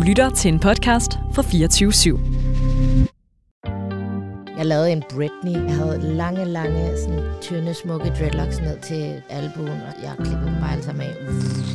lytter til en podcast fra 24/7. Jeg lavede en Britney. Jeg havde lange, sådan tynde, smukke dreadlocks ned til albuen, og jeg klippede dem bare alle sammen af.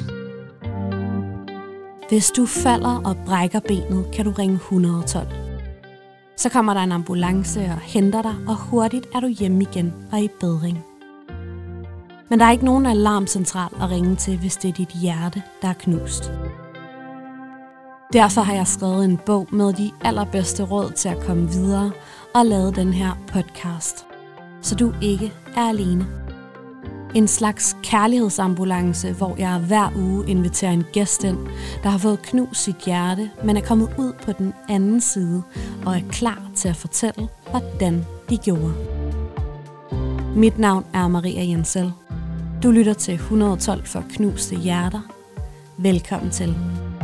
Hvis du falder og brækker benet, kan du ringe 112. Så kommer der en ambulance og henter dig, og hurtigt er du hjemme igen og i bedring. Men der er ikke nogen alarmcentral at ringe til, hvis det er dit hjerte, der er knust. Derfor har jeg skrevet en bog med de allerbedste råd til at komme videre og lavet den her podcast, så du ikke er alene. En slags kærlighedsambulance, hvor jeg hver uge inviterer en gæst ind, der har fået knust sit hjerte, men er kommet ud på den anden side og er klar til at fortælle, hvordan de gjorde. Mit navn er Maria Jensel. Du lytter til 112 for knuste hjerter. Velkommen til.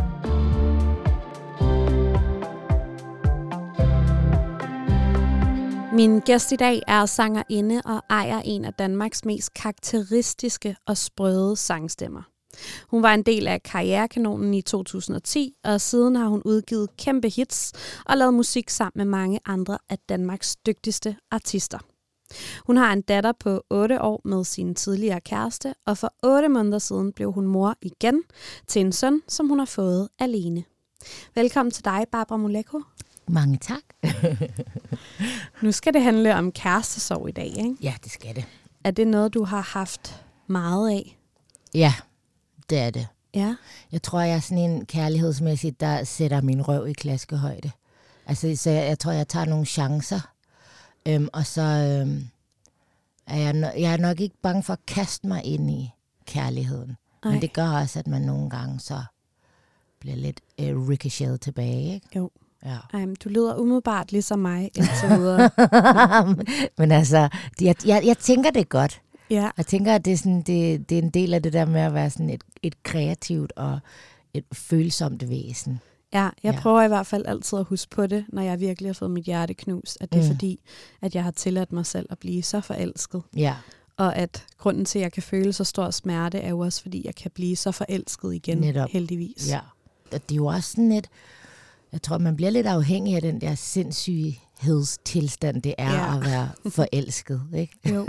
Min gæst i dag er sangerinde og ejer en af Danmarks mest karakteristiske og sprøde sangstemmer. Hun var en del af Karrierekanonen i 2010, og siden har hun udgivet kæmpe hits og lavet musik sammen med mange andre af Danmarks dygtigste artister. Hun har en datter på 8 år med sin tidligere kæreste, og for 8 måneder siden blev hun mor igen til en søn, som hun har fået alene. Velkommen til dig, Barbara Moleko. Mange tak. Nu skal det handle om kærestesorg i dag, ikke? Ja, det skal det. Er det noget, du har haft meget af? Ja, det er det. Ja. Jeg tror, jeg er sådan en kærlighedsmæssigt, der sætter min røv i klaskehøjde. Altså, så jeg tror, jeg tager nogle chancer. Og så er jeg nok ikke bange for at kaste mig ind i kærligheden. Ej. Men det gør også, at man nogle gange så bliver lidt ricochet tilbage, ikke? Jo. Ja. Du lyder umiddelbart ligesom mig indtil videre. Men altså, jeg tænker det godt. Ja. Jeg tænker, at det er, sådan, det er en del af det der med at være sådan et kreativt og et følsomt væsen. Ja, jeg prøver i hvert fald altid at huske på det, når jeg virkelig har fået mit hjerte knust, at det er fordi, at jeg har tilladt mig selv at blive så forelsket. Ja. Og at grunden til, at jeg kan føle så stor smerte, er jo også fordi, jeg kan blive så forelsket igen, netop. Heldigvis. Ja, og det er jo også sådan et, jeg tror, man bliver lidt afhængig af den der sindssygehedstilstand, det er at være forelsket, ikke? Jo.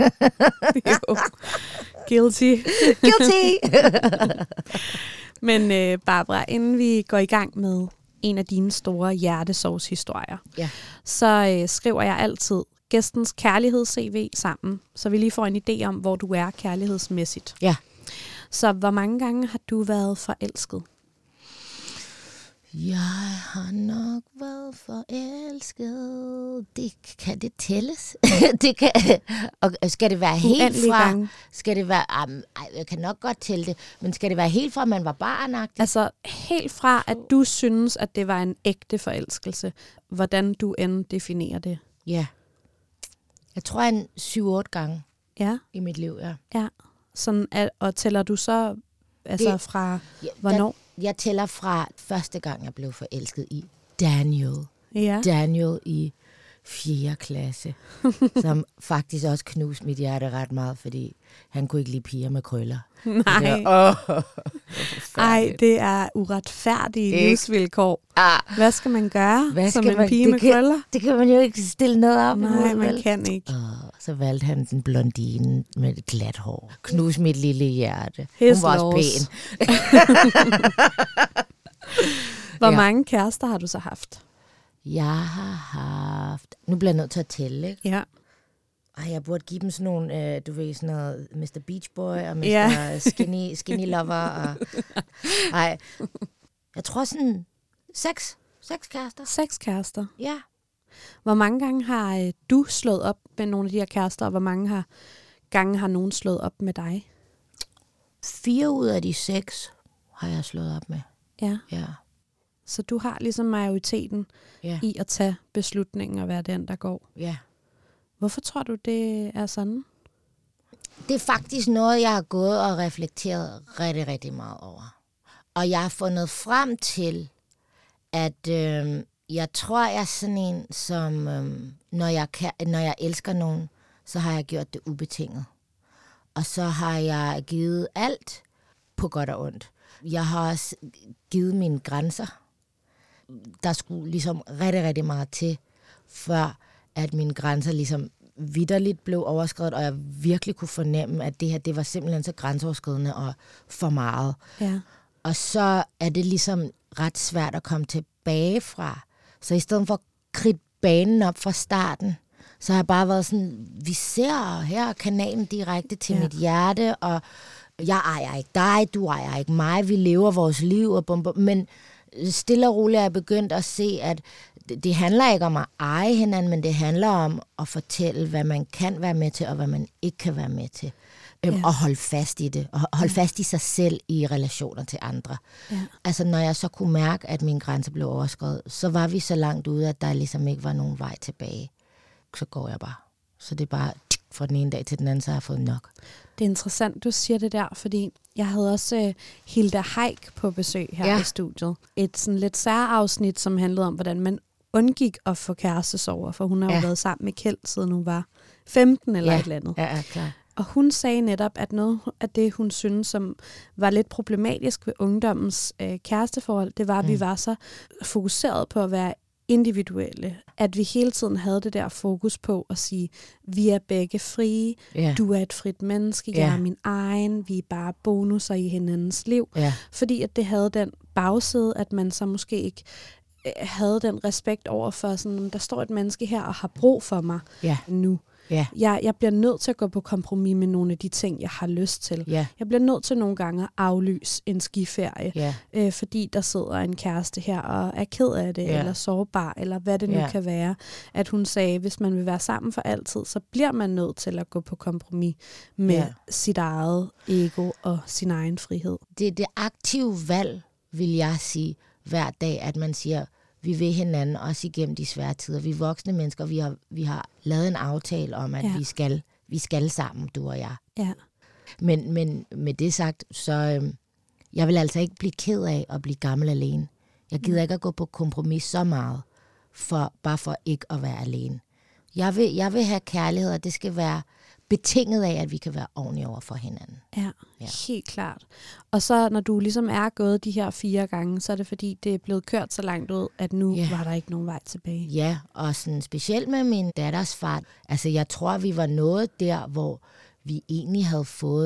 Guilty. Men Barbara, inden vi går i gang med en af dine store hjertesorgshistorier, så skriver jeg altid gæstens kærligheds-CV sammen, så vi lige får en idé om, hvor du er kærlighedsmæssigt. Ja. Så hvor mange gange har du været forelsket? Jeg har nok været forelsket. Kan det tælles? Det kan. Og skal det være helt fra? Gange. Skal det være? Jeg kan nok godt tælle det, men skal det være helt fra, man var barnagtig? Altså helt fra, at du synes, at det var en ægte forelskelse. Hvordan du end definerer det? Ja. Jeg tror en 7-8 gange i mit liv, Ja. Sådan og tæller du så altså det, fra hvornår? Jeg tæller fra første gang, jeg blev forelsket i Daniel. Ja. Daniel i 4. klasse, som faktisk også knuste mit hjerte ret meget, fordi han kunne ikke lide piger med krøller. Nej. Ej, det er uretfærdige livsvilkår. Hvad skal man gøre som en pige med krøller? Det kan man jo ikke stille noget op. Nej, man kan ikke. Så valgte han den blondine med et glat hår. Knus mit lille hjerte. Hun var også pæn. Hvor mange kærester har du så haft? Jeg har haft... Nu bliver jeg nødt til at tælle, ikke? Ja. Jeg burde give dem sådan nogle, du ved, sådan noget Mr. Beach Boy og Mr. Skinny Lover. Og... Ej, jeg tror sådan 6 kærester. 6 kærester? Ja. Hvor mange gange har du slået op med nogle af de her kærester, og hvor mange gange har nogen slået op med dig? 4 ud af de 6 har jeg slået op med. Ja. Ja. Så du har ligesom majoriteten i at tage beslutningen og være den, der går. Ja. Hvorfor tror du, det er sådan? Det er faktisk noget, jeg har gået og reflekteret rigtig, rigtig meget over. Og jeg har fundet frem til, at jeg tror, jeg er sådan en, som når jeg elsker nogen, så har jeg gjort det ubetinget. Og så har jeg givet alt på godt og ondt. Jeg har også givet mine grænser. der skulle ligesom rigtig, rigtig meget til, før at mine grænser ligesom vitterligt blev overskredet, og jeg virkelig kunne fornemme, at det her, det var simpelthen så grænseoverskridende og for meget. Ja. Og så er det ligesom ret svært at komme tilbage fra. Så i stedet for at kridte banen op fra starten, så har jeg bare været sådan, vi ser her kanalen direkte til mit hjerte, og jeg ejer ikke dig, du ejer ikke mig, vi lever vores liv, og bum, bum. Men stille og roligt er jeg begyndt at se, at det handler ikke om at eje hinanden, men det handler om at fortælle, hvad man kan være med til, og hvad man ikke kan være med til. Og holde fast i det, og holde fast i sig selv i relationer til andre. Ja. Altså, når jeg så kunne mærke, at min grænse blev overskredet, så var vi så langt ude, at der ligesom ikke var nogen vej tilbage. Så går jeg bare. Så det er bare fra den ene dag til den anden, så har jeg fået nok. Det er interessant, du siger det der, fordi jeg havde også Hilda Haik på besøg her i studiet. Et sådan lidt særafsnit, som handlede om, hvordan man undgik at få kærestesorger, for hun har jo været sammen med Kjeld, siden hun var 15 eller et eller andet. Ja, klar. Og hun sagde netop, at noget af det, hun synes, som var lidt problematisk ved ungdommens kæresteforhold, det var, at vi var så fokuseret på at være individuelle. At vi hele tiden havde det der fokus på at sige, vi er begge frie, du er et frit menneske, jeg er min egen, vi er bare bonusser i hinandens liv. Fordi at det havde den bagside, at man så måske ikke havde den respekt over for, sådan, der står et menneske her og har brug for mig nu. Jeg bliver nødt til at gå på kompromis med nogle af de ting, jeg har lyst til. Jeg bliver nødt til nogle gange at aflyse en skiferie, fordi der sidder en kæreste her og er ked af det, eller sårbar, eller hvad det nu kan være. At hun sagde, hvis man vil være sammen for altid, så bliver man nødt til at gå på kompromis med sit eget ego og sin egen frihed. Det er det aktive valg, vil jeg sige, hver dag, at man siger, vi vil hinanden også igennem de svære tider. Vi er voksne mennesker, vi har lavet en aftale om, at vi skal sammen, du og jeg. Ja. Men med det sagt, så jeg vil altså ikke blive ked af at blive gammel alene. Jeg gider ikke at gå på kompromis så meget, bare for ikke at være alene. Jeg vil have kærlighed, og det skal være betinget af, at vi kan være ordentlige over for hinanden. Ja, helt klart. Og så når du ligesom er gået de her 4 gange, så er det fordi, det er blevet kørt så langt ud, at nu var der ikke nogen vej tilbage. Ja, og sådan specielt med min datters far. Altså jeg tror, vi var nået der, hvor vi egentlig havde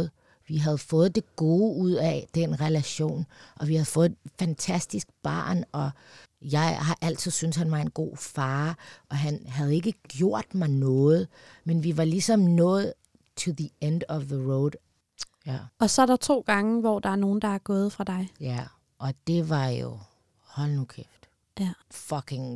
fået det gode ud af den relation, og vi havde fået et fantastisk barn, og jeg har altid syntes, han var en god far, og han havde ikke gjort mig noget, men vi var ligesom nået to the end of the road. Ja. Og så er der 2 gange, hvor der er nogen, der er gået fra dig. Ja, og det var jo, hold nu kæft. Ja. Fucking,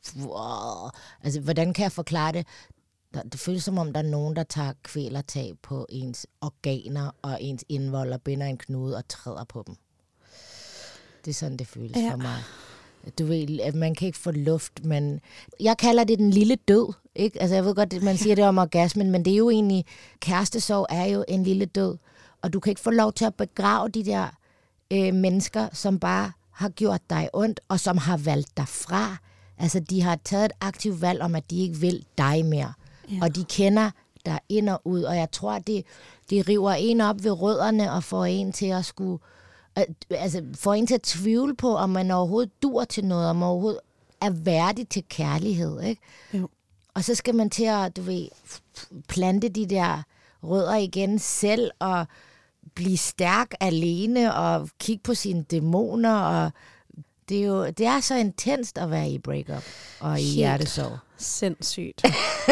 wow. Altså, hvordan kan jeg forklare det? Det føles som om, der er nogen, der tager kvælertag på ens organer og ens indvold og binder en knude og træder på dem. Det er sådan, det føles for mig. Du ved, at man kan ikke få luft, men jeg kalder det den lille død, ikke? Altså jeg ved godt, man siger det om orgasmen, men det er jo egentlig, kærestesorg er jo en lille død, og du kan ikke få lov til at begrave de der mennesker, som bare har gjort dig ondt, og som har valgt dig fra. Altså de har taget et aktivt valg om, at de ikke vil dig mere, og de kender dig ind og ud, og jeg tror, det river en op ved rødderne og får en til at skulle... Altså får en til at tvivle på, om man overhovedet dur til noget, om man overhovedet er værdig til kærlighed, ikke? Jo. Og så skal man til at, du ved, plante de der rødder igen selv, og blive stærk alene, og kigge på sine dæmoner, og det er så intenst at være i breakup og i hjertesorg. Sindssygt.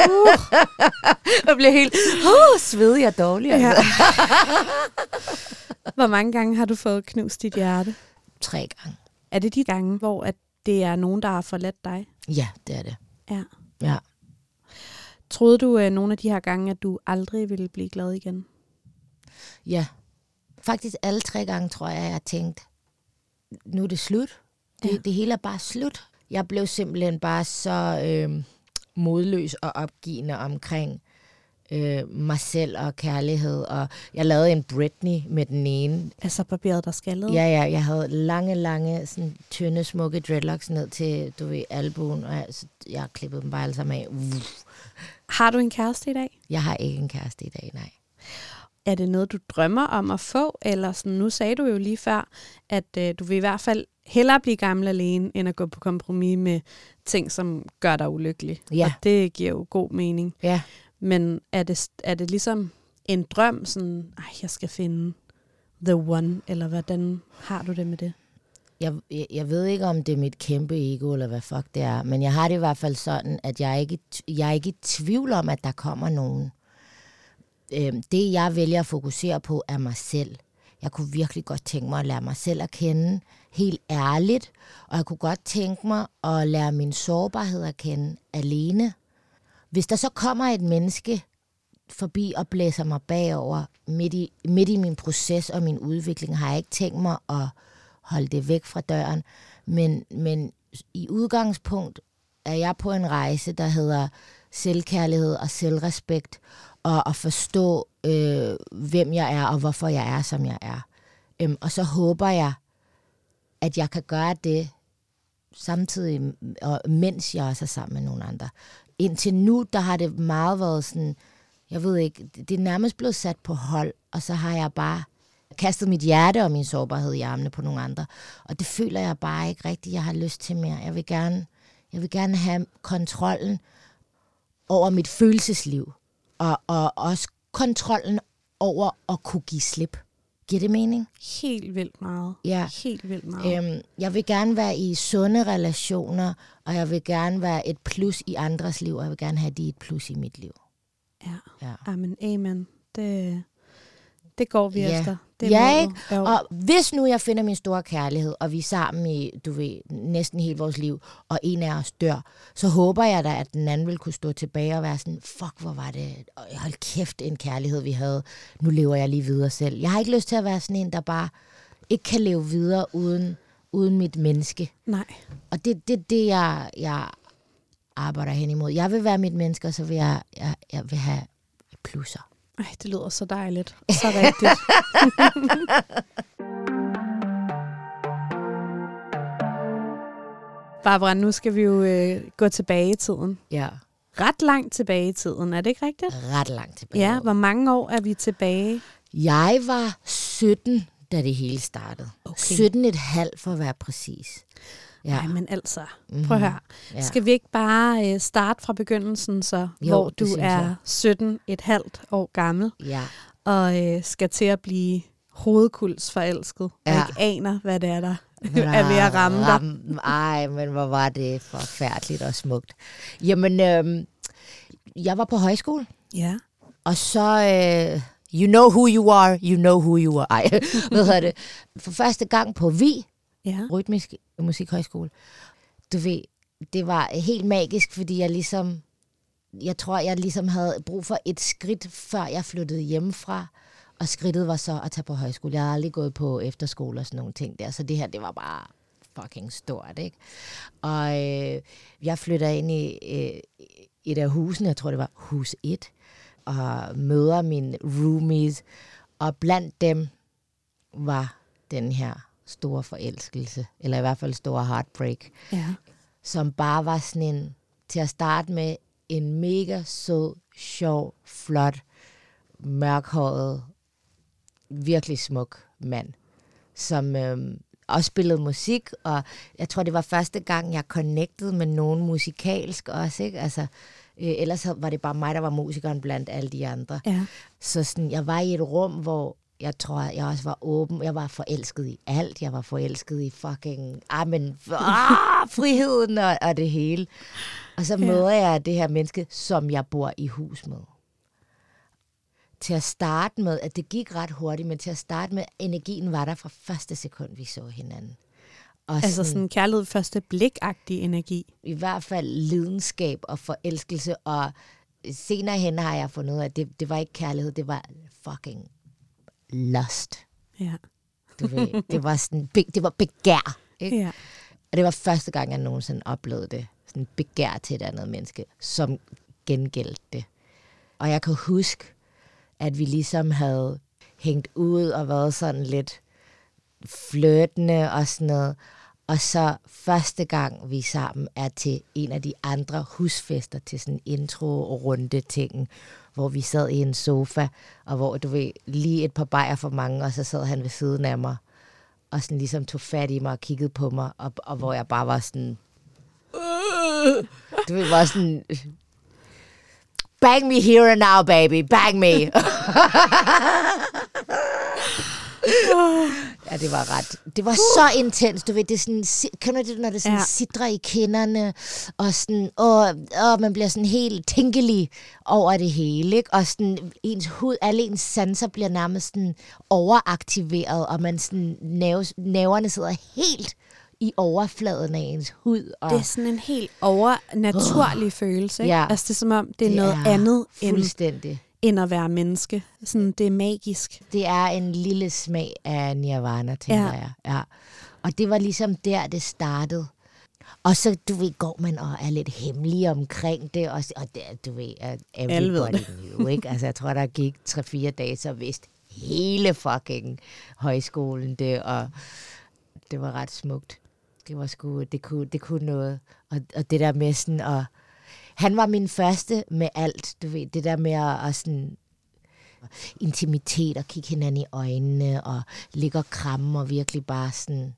Jeg bliver helt svedig og dårlig. Altså. Ja. Hvor mange gange har du fået knust dit hjerte? 3 gange. Er det de gange, hvor at det er nogen, der har forladt dig? Ja, det er det. Ja. Troede du nogle af de her gange, at du aldrig ville blive glad igen? Ja. Faktisk alle 3 gange, tror jeg har tænkt, nu er det slut. Det hele er bare slut. Jeg blev simpelthen bare så modløs og opgivende omkring mig selv og kærlighed, og jeg lavede en Britney med den ene. Altså barberet der skaldede? Ja, jeg havde lange, sådan tynde, smukke dreadlocks ned til, du ved, albuen, og jeg har klippet dem bare alle sammen af. Har du en kæreste i dag? Jeg har ikke en kæreste i dag, nej. Er det noget, du drømmer om at få, eller sådan, nu sagde du jo lige før, at du vil i hvert fald hellere blive gammel alene, end at gå på kompromis med ting, som gør dig ulykkelig. Ja. Og det giver jo god mening. Ja. Men er det ligesom en drøm, sådan, jeg skal finde the one, eller hvordan har du det med det? Jeg ved ikke, om det er mit kæmpe ego, eller hvad fuck det er, men jeg har det i hvert fald sådan, at jeg er ikke i tvivl om, at der kommer nogen. Det, jeg vælger at fokusere på, er mig selv. Jeg kunne virkelig godt tænke mig at lære mig selv at kende, helt ærligt, og jeg kunne godt tænke mig at lære min sårbarhed at kende alene. Hvis der så kommer et menneske forbi og blæser mig bagover midt i min proces og min udvikling, har jeg ikke tænkt mig at holde det væk fra døren. Men i udgangspunkt er jeg på en rejse, der hedder selvkærlighed og selvrespekt, og at forstå, hvem jeg er og hvorfor jeg er, som jeg er. Og så håber jeg, at jeg kan gøre det samtidig, og mens jeg også er sammen med nogle andre. Indtil nu, der har det meget været sådan, jeg ved ikke, det er nærmest blevet sat på hold, og så har jeg bare kastet mit hjerte og min sårbarhed i armene på nogle andre. Og det føler jeg bare ikke rigtigt, jeg har lyst til mere. Jeg vil gerne have kontrollen over mit følelsesliv, og også kontrollen over at kunne give slip. Giver det mening? Helt vildt meget. Ja. Helt vildt meget. Jeg vil gerne være i sunde relationer, og jeg vil gerne være et plus i andres liv, og jeg vil gerne have et plus i mit liv. Ja. Amen. Det går vi efter. Det ja, ikke? Og hvis nu jeg finder min store kærlighed, og vi er sammen i, næsten hele vores liv, og en af os dør, så håber jeg da, at den anden vil kunne stå tilbage og være sådan, fuck, hvor var det, hold kæft, en kærlighed, vi havde. Nu lever jeg lige videre selv. Jeg har ikke lyst til at være sådan en, der bare ikke kan leve videre uden mit menneske. Nej. Og det er det, jeg arbejder hen imod. Jeg vil være mit menneske, og så vil jeg vil have plusser. Ej, det lyder så dejligt. Så rigtigt. Barbara, nu skal vi jo gå tilbage i tiden. Ja. Ret langt tilbage i tiden, er det ikke rigtigt? Ret langt tilbage. Ja, hvor mange år er vi tilbage? Jeg var 17, da det hele startede. Okay. 17,5 for at være præcis. Ja. Nej, men altså, prøv at høre. Ja. Skal vi ikke bare starte fra begyndelsen, så, jo, hvor du er 17,5 år gammel, og skal til at blive hovedkulsforelsket, og ikke aner, hvad det er, der er ved at ramme dig? Ej, men hvor var det forfærdeligt og smukt. Jamen, jeg var på højskole. Ja. Og så... you know who you are, you know who you are. Ej, hvad hedder det? For første gang på VI, Rytmisk Musikhøjskole. Du ved, det var helt magisk, fordi jeg tror, jeg ligesom havde brug for et skridt, før jeg flyttede hjemmefra. Og skridtet var så at tage på højskole. Jeg havde aldrig gået på efterskole og sådan nogle ting der, så det her, det var bare fucking stort, ikke? Og jeg flytter ind i et af husene, jeg tror, det var hus 1, og møder mine roomies, og blandt dem var den her store forelskelse, eller i hvert fald store heartbreak, som bare var sådan en, til at starte med, en mega sød, sjov, flot, mørkhåret, virkelig smuk mand, som også spillede musik, og jeg tror, det var første gang, jeg connectede med nogen musikalsk også, ikke? Altså, ellers var det bare mig, der var musikeren blandt alle de andre. Ja. Så sådan, jeg var i et rum, hvor jeg tror, jeg også var åben. Jeg var forelsket i alt. Jeg var forelsket i fucking friheden og det hele. Og så møder jeg det her menneske, som jeg bor i hus med. Til at starte med, at det gik ret hurtigt, men til at starte med, energien var der fra første sekund, vi så hinanden. Og altså sådan kærlighed første blik-agtig energi. I hvert fald lidenskab og forelskelse, og senere hen har jeg fundet ud af, at det var ikke kærlighed, det var fucking lust. Ja. Du ved, det var sådan, det var begær, ikke? Ja. Og det var første gang, jeg nogensinde oplevede det. Sådan begær til et andet menneske, som gengældte det. Og jeg kan huske, at vi ligesom havde hængt ud og været sådan lidt flirtende og sådan noget. Og så første gang vi sammen er til en af de andre husfester til sådan en intro-runde ting, hvor vi sad i en sofa, og hvor du ved, lige et par bajer for mange, og så sad han ved siden af mig. og sådan ligesom tog fat i mig og kiggede på mig, og hvor jeg bare var sådan... Du ved, var sådan... Bang me here and now, baby. Bang me. Ja, det var ret... Det var så intens, du ved, det er sådan... Kender du det, når det sådan sidder i kinderne, og sådan... man bliver sådan helt tænkelig over det hele, ikke? Og sådan ens hud, alle ens sanser bliver nærmest sådan overaktiveret, og man sådan... Nerverne sidder helt i overfladen af ens hud. Og det er sådan en helt overnaturlig følelse, ikke? Altså, det er som om, det er noget andet end at være menneske. Sådan, det er magisk. Det er en lille smag af nirvana, tænker jeg. Ja. Og det var ligesom der, det startede. Og så, du ved, går man og er lidt hemmelig omkring det, og det, du ved, everybody knew, ikke? Altså, jeg tror, der gik 3-4 dage, så vidste hele fucking højskolen det, og det var ret smukt. Det var sgu, det kunne noget. Og det der med sådan, og han var min første med alt, du ved, det der med at sådan intimitet og kigge hinanden i øjnene og ligge og kramme og virkelig bare sådan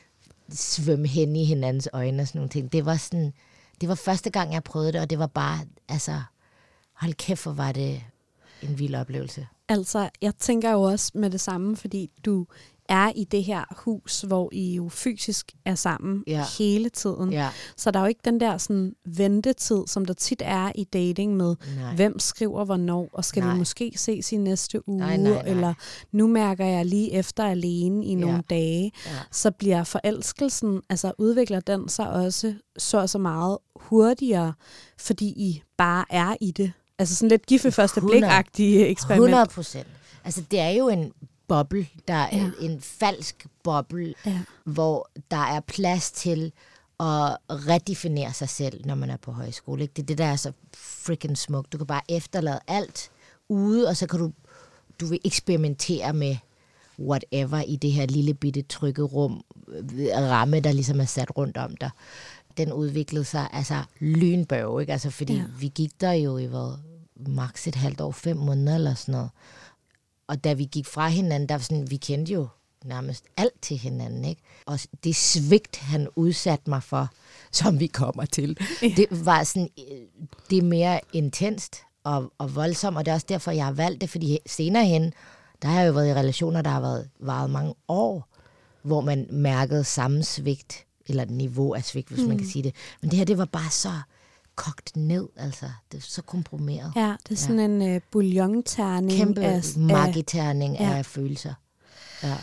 svømme hen i hinandens øjne og sådan nogle ting. Det var sådan, det var første gang, jeg prøvede det, og det var bare, altså, hold kæft, hvor var det en vild oplevelse. Altså, jeg tænker jo også med det samme, fordi du er i det her hus, hvor I jo fysisk er sammen hele tiden. Ja. Så der er jo ikke den der sådan ventetid, som der tit er i dating med, hvem skriver hvornår, og skal vi måske ses i næste uge, eller nu mærker jeg lige efter alene i nogle dage. Ja. Så bliver forelskelsen, altså udvikler den sig også så meget hurtigere, fordi I bare er i det. Altså sådan lidt gift ved første blik-agtige eksperiment. 100%. Altså det er jo en boble, der er en falsk boble, hvor der er plads til at redefinere sig selv, når man er på højskole. Ikke? Det er det, der er så freaking smukt. Du kan bare efterlade alt ude, og så kan du vil eksperimentere med whatever i det her lille bitte trygge rum, ramme, der ligesom er sat rundt om dig. Den udviklede sig altså lynbørge, ikke? Altså fordi vi gik der jo i maks et halvt år, 5 måneder eller sådan noget. Og da vi gik fra hinanden, der var sådan, vi kendte jo nærmest alt til hinanden, ikke? Og det svigt, han udsatte mig for, som vi kommer til, det var sådan, det er mere intenst og voldsomt, og det er også derfor, jeg har valgt det, fordi senere hen, der har jeg jo været i relationer, der har varet mange år, hvor man mærkede samme svigt, eller niveau af svigt, hvis man kan sige det. Men det her, det var bare så kogt ned, altså. Det er så komprimeret. Ja, det er sådan en bouillon-terning. Kæmpe magiterning af følelser. Ja.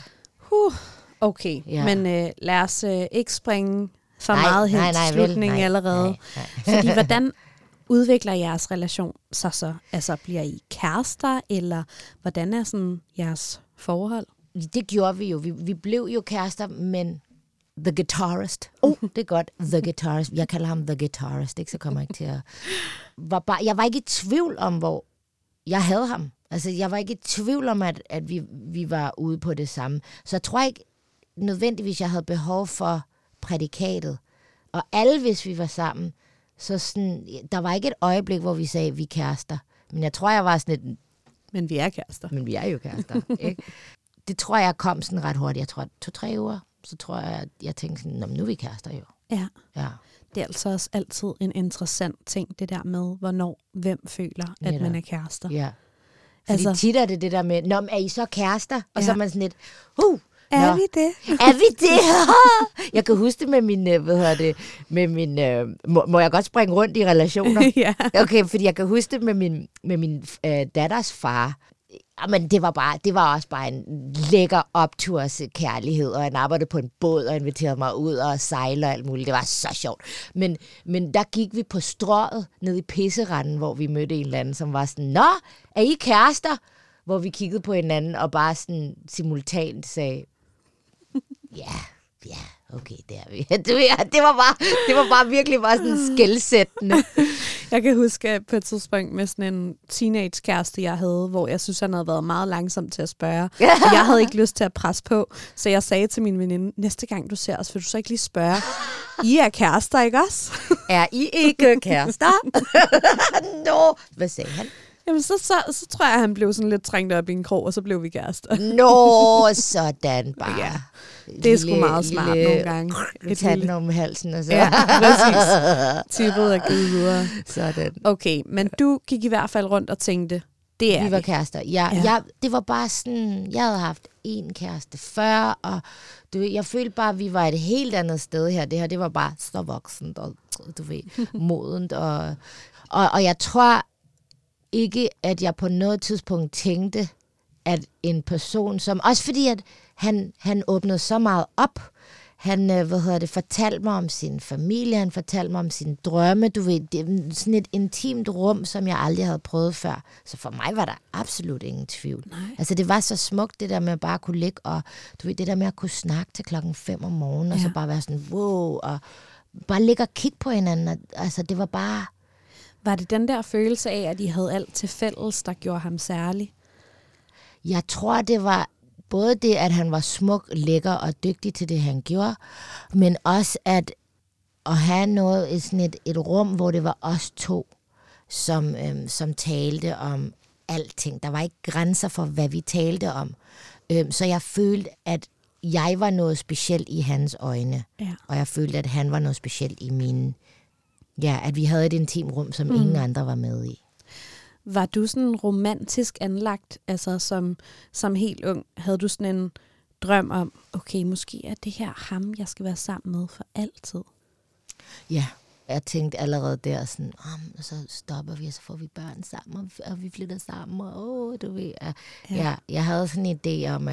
Okay, men lad os ikke springe for meget hen til slutningen allerede. Nej. Fordi hvordan udvikler jeres relation sig så? Altså, bliver I kærester, eller hvordan er sådan jeres forhold? Det gjorde vi jo. Vi blev jo kærester, men The Guitarist. Det er godt. The Guitarist. Jeg kalder ham The Guitarist, ikke? Så kommer jeg ikke til at... Jeg var ikke i tvivl om, hvor jeg havde ham. Altså, jeg var ikke i tvivl om, at vi var ude på det samme. Så jeg tror ikke nødvendigvis, jeg havde behov for prædikatet. Og alle, hvis vi var sammen, så sådan... Der var ikke et øjeblik, hvor vi sagde, vi er kærester. Men jeg tror, jeg var sådan et... Men vi er kærester. Men vi er jo kærester, ikke? Det tror jeg kom sådan ret hurtigt. Jeg tror, 2-3 uger. Så tror jeg, at jeg tænkte sådan, nu er vi kærester jo. Ja. Det er altså også altid en interessant ting, det der med, hvem føler, at man er kærester. Ja. Fordi tit er det der med, er I så kærester? Og så er man sådan lidt, er vi det? Er vi det? Jeg kan huske det med min, må jeg godt springe rundt i relationer? Ja. Okay, fordi jeg kan huske det med min datters far. Men det var også bare en lækker opturs kærlighed, og han arbejdede på en båd og inviterede mig ud og sejle og alt muligt. Det var så sjovt. Men der gik vi på strøget ned i pisseranden, hvor vi mødte en eller anden, som var sådan, nå, er I kærester? Hvor vi kiggede på hinanden og bare sådan simultant sagde, ja, okay, det er vi. Det var bare virkelig bare sådan skelsættende. Jeg kan huske på et tidspunkt med sådan en teenage-kæreste, jeg havde, hvor jeg synes, han havde været meget langsom til at spørge. Og jeg havde ikke lyst til at presse på, så jeg sagde til min veninde, næste gang du ser os, vil du så ikke lige spørge, I er kærester, ikke også? Er I ikke kærester? Nå. Hvad sagde han? Jamen, så tror jeg, at han blev sådan lidt trængt op i en krog, og så blev vi kærester. Nå, sådan bare. Ja, det er sgu meget smart nogle gange. Et tanden om halsen og så. Ja, præcis. Tippet er givet videre. Sådan. Okay, men du gik i hvert fald rundt og tænkte, det er vi var kærester. Det var bare sådan, jeg havde haft en kæreste før, og jeg følte bare, at vi var et helt andet sted her. Det her, det var bare så voksent, og du ved, modent. Og jeg tror ikke, at jeg på noget tidspunkt tænkte, at en person som... Også fordi, at han åbnede så meget op. Han, fortalte mig om sin familie, han fortalte mig om sine drømme. Du ved, det er sådan et intimt rum, som jeg aldrig havde prøvet før. Så for mig var der absolut ingen tvivl. Nej. Altså, det var så smukt, det der med at bare kunne ligge, og du ved, det der med at kunne snakke til 5:00 om morgenen, og så bare være sådan, wow, og bare ligge og kigge på hinanden. Altså, det var bare... Var det den der følelse af, at I havde alt til fælles, der gjorde ham særlig? Jeg tror, det var både det, at han var smuk, lækker og dygtig til det, han gjorde, men også at have noget, sådan et rum, hvor det var os to, som talte om alting. Der var ikke grænser for, hvad vi talte om. Så jeg følte, at jeg var noget specielt i hans øjne, og jeg følte, at han var noget specielt i mine. Ja, at vi havde et intimt rum, som ingen andre var med i. Var du sådan romantisk anlagt, altså som helt ung? Havde du sådan en drøm om, okay, måske er det her ham, jeg skal være sammen med for altid? Ja, jeg tænkte allerede der sådan, så stopper vi, og så får vi børn sammen, og vi flytter sammen, og du ved. Ja, jeg havde sådan en idé om,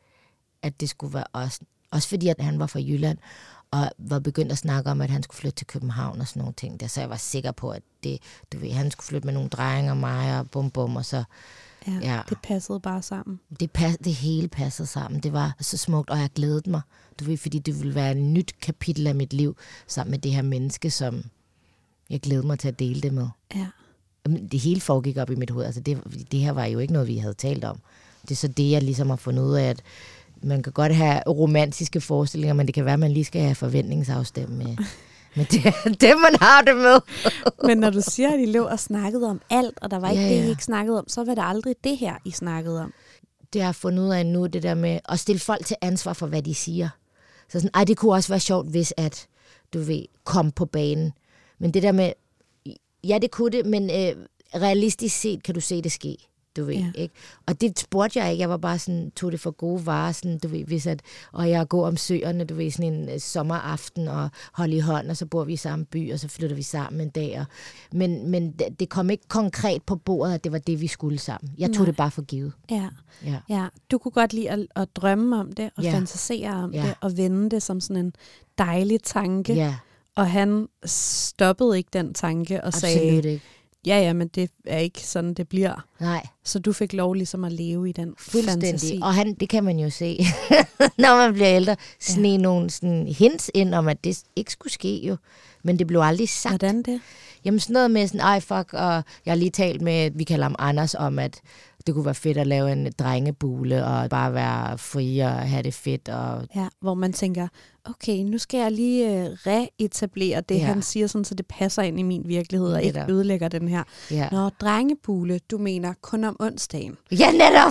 at det skulle være os. Også fordi, at han var fra Jylland, og var begyndt at snakke om, at han skulle flytte til København og sådan nogle ting der. Så jeg var sikker på, at han skulle flytte med nogle drenge og mig og bum bum, og så... Ja, det passede bare sammen. Det hele passede sammen. Det var så smukt, og jeg glædede mig. Du ved, fordi det ville være et nyt kapitel af mit liv, sammen med det her menneske, som jeg glædede mig til at dele det med. Ja. Det hele foregik op i mit hoved. Altså det her var jo ikke noget, vi havde talt om. Det er så det, jeg ligesom har fundet ud af, at man kan godt have romantiske forestillinger, men det kan være, at man lige skal have forventningsafstemme med det, man har det med. Men når du siger, at I lå og snakkede om alt, og der var ikke det, I ikke snakkede om, så var det aldrig det her, I snakkede om. Det har jeg fundet ud af nu, det der med at stille folk til ansvar for, hvad de siger. Så sådan, det kunne også være sjovt, hvis at, du ved, komme på banen. Men det der med, ja, det kunne det, men realistisk set kan du se det ske. Du ved, ikke? Og det spurgte jeg ikke. Jeg var bare sådan, tog det for gode varer, sådan, du ved, hvis at, og jeg går om søerne, du ved, sådan en sommeraften, og holde i hånd, og så bor vi i samme by, og så flytter vi sammen en dag. Men det kom ikke konkret på bordet, at det var det, vi skulle sammen. Jeg tog det bare for givet. Ja. Du kunne godt lide at drømme om det, og fantasere om det, og vende det som sådan en dejlig tanke. Ja. Og han stoppede ikke den tanke, og sagde... Ikke. Ja, men det er ikke sådan, det bliver. Nej. Så du fik lov ligesom at leve i den fantasi. Og det kan man jo se, når man bliver ældre. Sne nogle sådan hints ind om, at det ikke skulle ske jo. Men det blev aldrig sagt. Hvordan det? Jamen sådan noget med sådan, fuck, og jeg har lige talt med, vi kalder ham Anders, om at det kunne være fedt at lave en drengebule, og bare være fri og have det fedt. Og... Ja, hvor man tænker, okay, nu skal jeg lige reetablere det, han siger, sådan, så det passer ind i min virkelighed, og ikke ødelægger den her. Ja. Når drengebule, du mener kun om onsdagen. Ja, netop!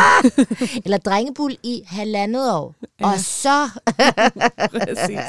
Eller drengebule i 1,5 år. Og så... Præcis.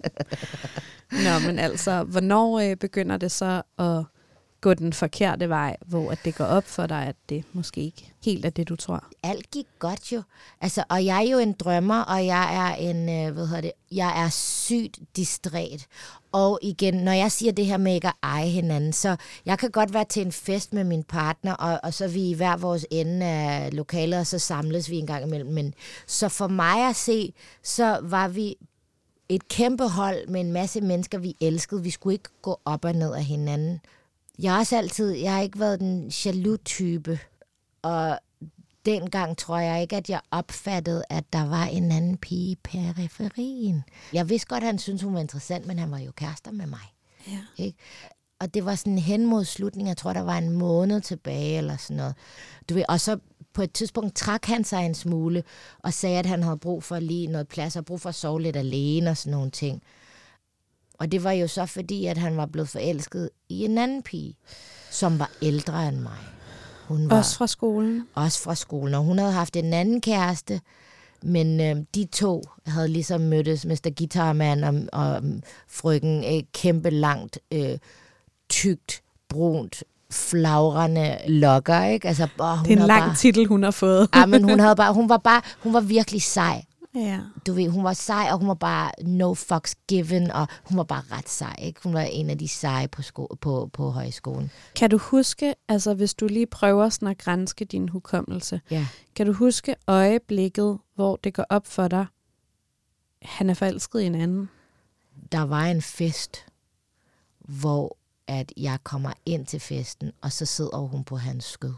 Nå, men altså, hvornår begynder det så at gå den forkerte vej, hvor at det går op for dig, at det måske ikke helt er det, du tror? Alt gik godt jo. Altså, og jeg er jo en drømmer, og jeg er en, jeg er sygt distræt. Og igen, når jeg siger det her med ikke at eje hinanden, så jeg kan godt være til en fest med min partner, og så er vi i hver vores ende af lokalet, og så samles vi en gang imellem. Men så for mig at se, så var vi et kæmpe hold med en masse mennesker, vi elskede. Vi skulle ikke gå op og ned af hinanden. Jeg har ikke været den jaloux-type, og dengang tror jeg ikke, at jeg opfattede, at der var en anden pige i periferien. Jeg vidste godt, at han syntes, hun var interessant, men han var jo kærester med mig. Ja. Ikke? Og det var sådan hen mod slutningen. Jeg tror, der var en måned tilbage eller sådan noget. Du ved, og så på et tidspunkt trak han sig en smule og sagde, at han havde brug for lige noget plads og brug for at sove lidt alene og sådan nogle ting. Og det var jo så fordi, at han var blevet forelsket i en anden pige, som var ældre end mig. Hun var også fra skolen? Også fra skolen, og hun havde haft en anden kæreste, men de to havde ligesom mødtes, Mr. Guitarman og frøken kæmpe langt, tykt, brunt, flagrende lokker, ikke? Altså, det er en lang titel, hun har fået. Ja, men hun var virkelig sej. Ja. Du ved, hun var sej, og hun var bare no fucks given, og hun var bare ret sej, ikke? Hun var en af de seje på højskolen. Kan du huske, altså hvis du lige prøver sådan at granske din hukommelse, kan du huske øjeblikket, hvor det går op for dig, han er forelsket i en anden? Der var en fest, hvor at jeg kommer ind til festen, og så sidder hun på hans skød.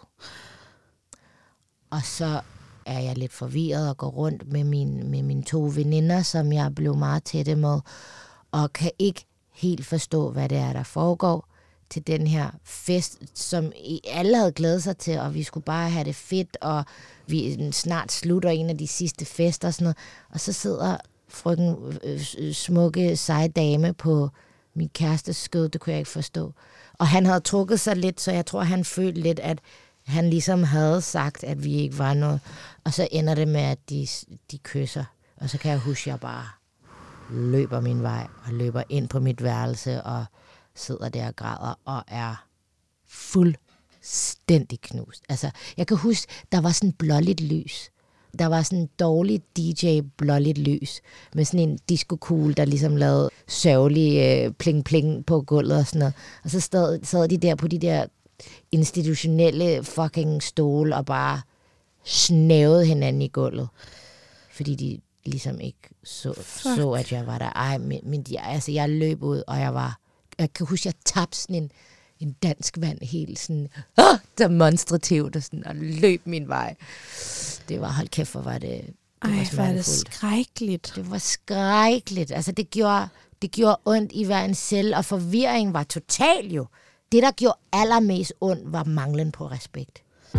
Og så er jeg lidt forvirret og går rundt med mine 2 veninder, som jeg blev meget tætte med, og kan ikke helt forstå, hvad det er, der foregår til den her fest, som alle havde glædet sig til, og vi skulle bare have det fedt, og vi snart slutter en af de sidste fester og sådan noget. Og så sidder frøken smukke, seje dame på min kærestes skød, det kunne jeg ikke forstå. Og han havde trukket sig lidt, så jeg tror, han følte lidt, at han ligesom havde sagt, at vi ikke var noget. Og så ender det med, at de kysser. Og så kan jeg huske, at jeg bare løber min vej og løber ind på mit værelse og sidder der og græder og er fuldstændig knust. Altså, jeg kan huske, der var sådan blåligt lys. Der var sådan en dårlig DJ blåligt lys med sådan en diskokugle, der ligesom lavede sørgelig pling-pling på gulvet og sådan noget. Og så sad de der på de der institutionelle fucking stole og bare snævede hinanden i gulvet. Fordi de ligesom ikke så at jeg var der. Ej, men altså, jeg løb ud, og jeg kan huske, jeg tabte sådan en dansk vand helt sådan demonstrativt og løb min vej. Det var, hold kæft, hvor var det var det skrækkeligt. Det var skrækkeligt. Altså, det gjorde ondt i hver en celle, og forvirringen var total jo. Det, der gjorde allermest ondt, var manglen på respekt.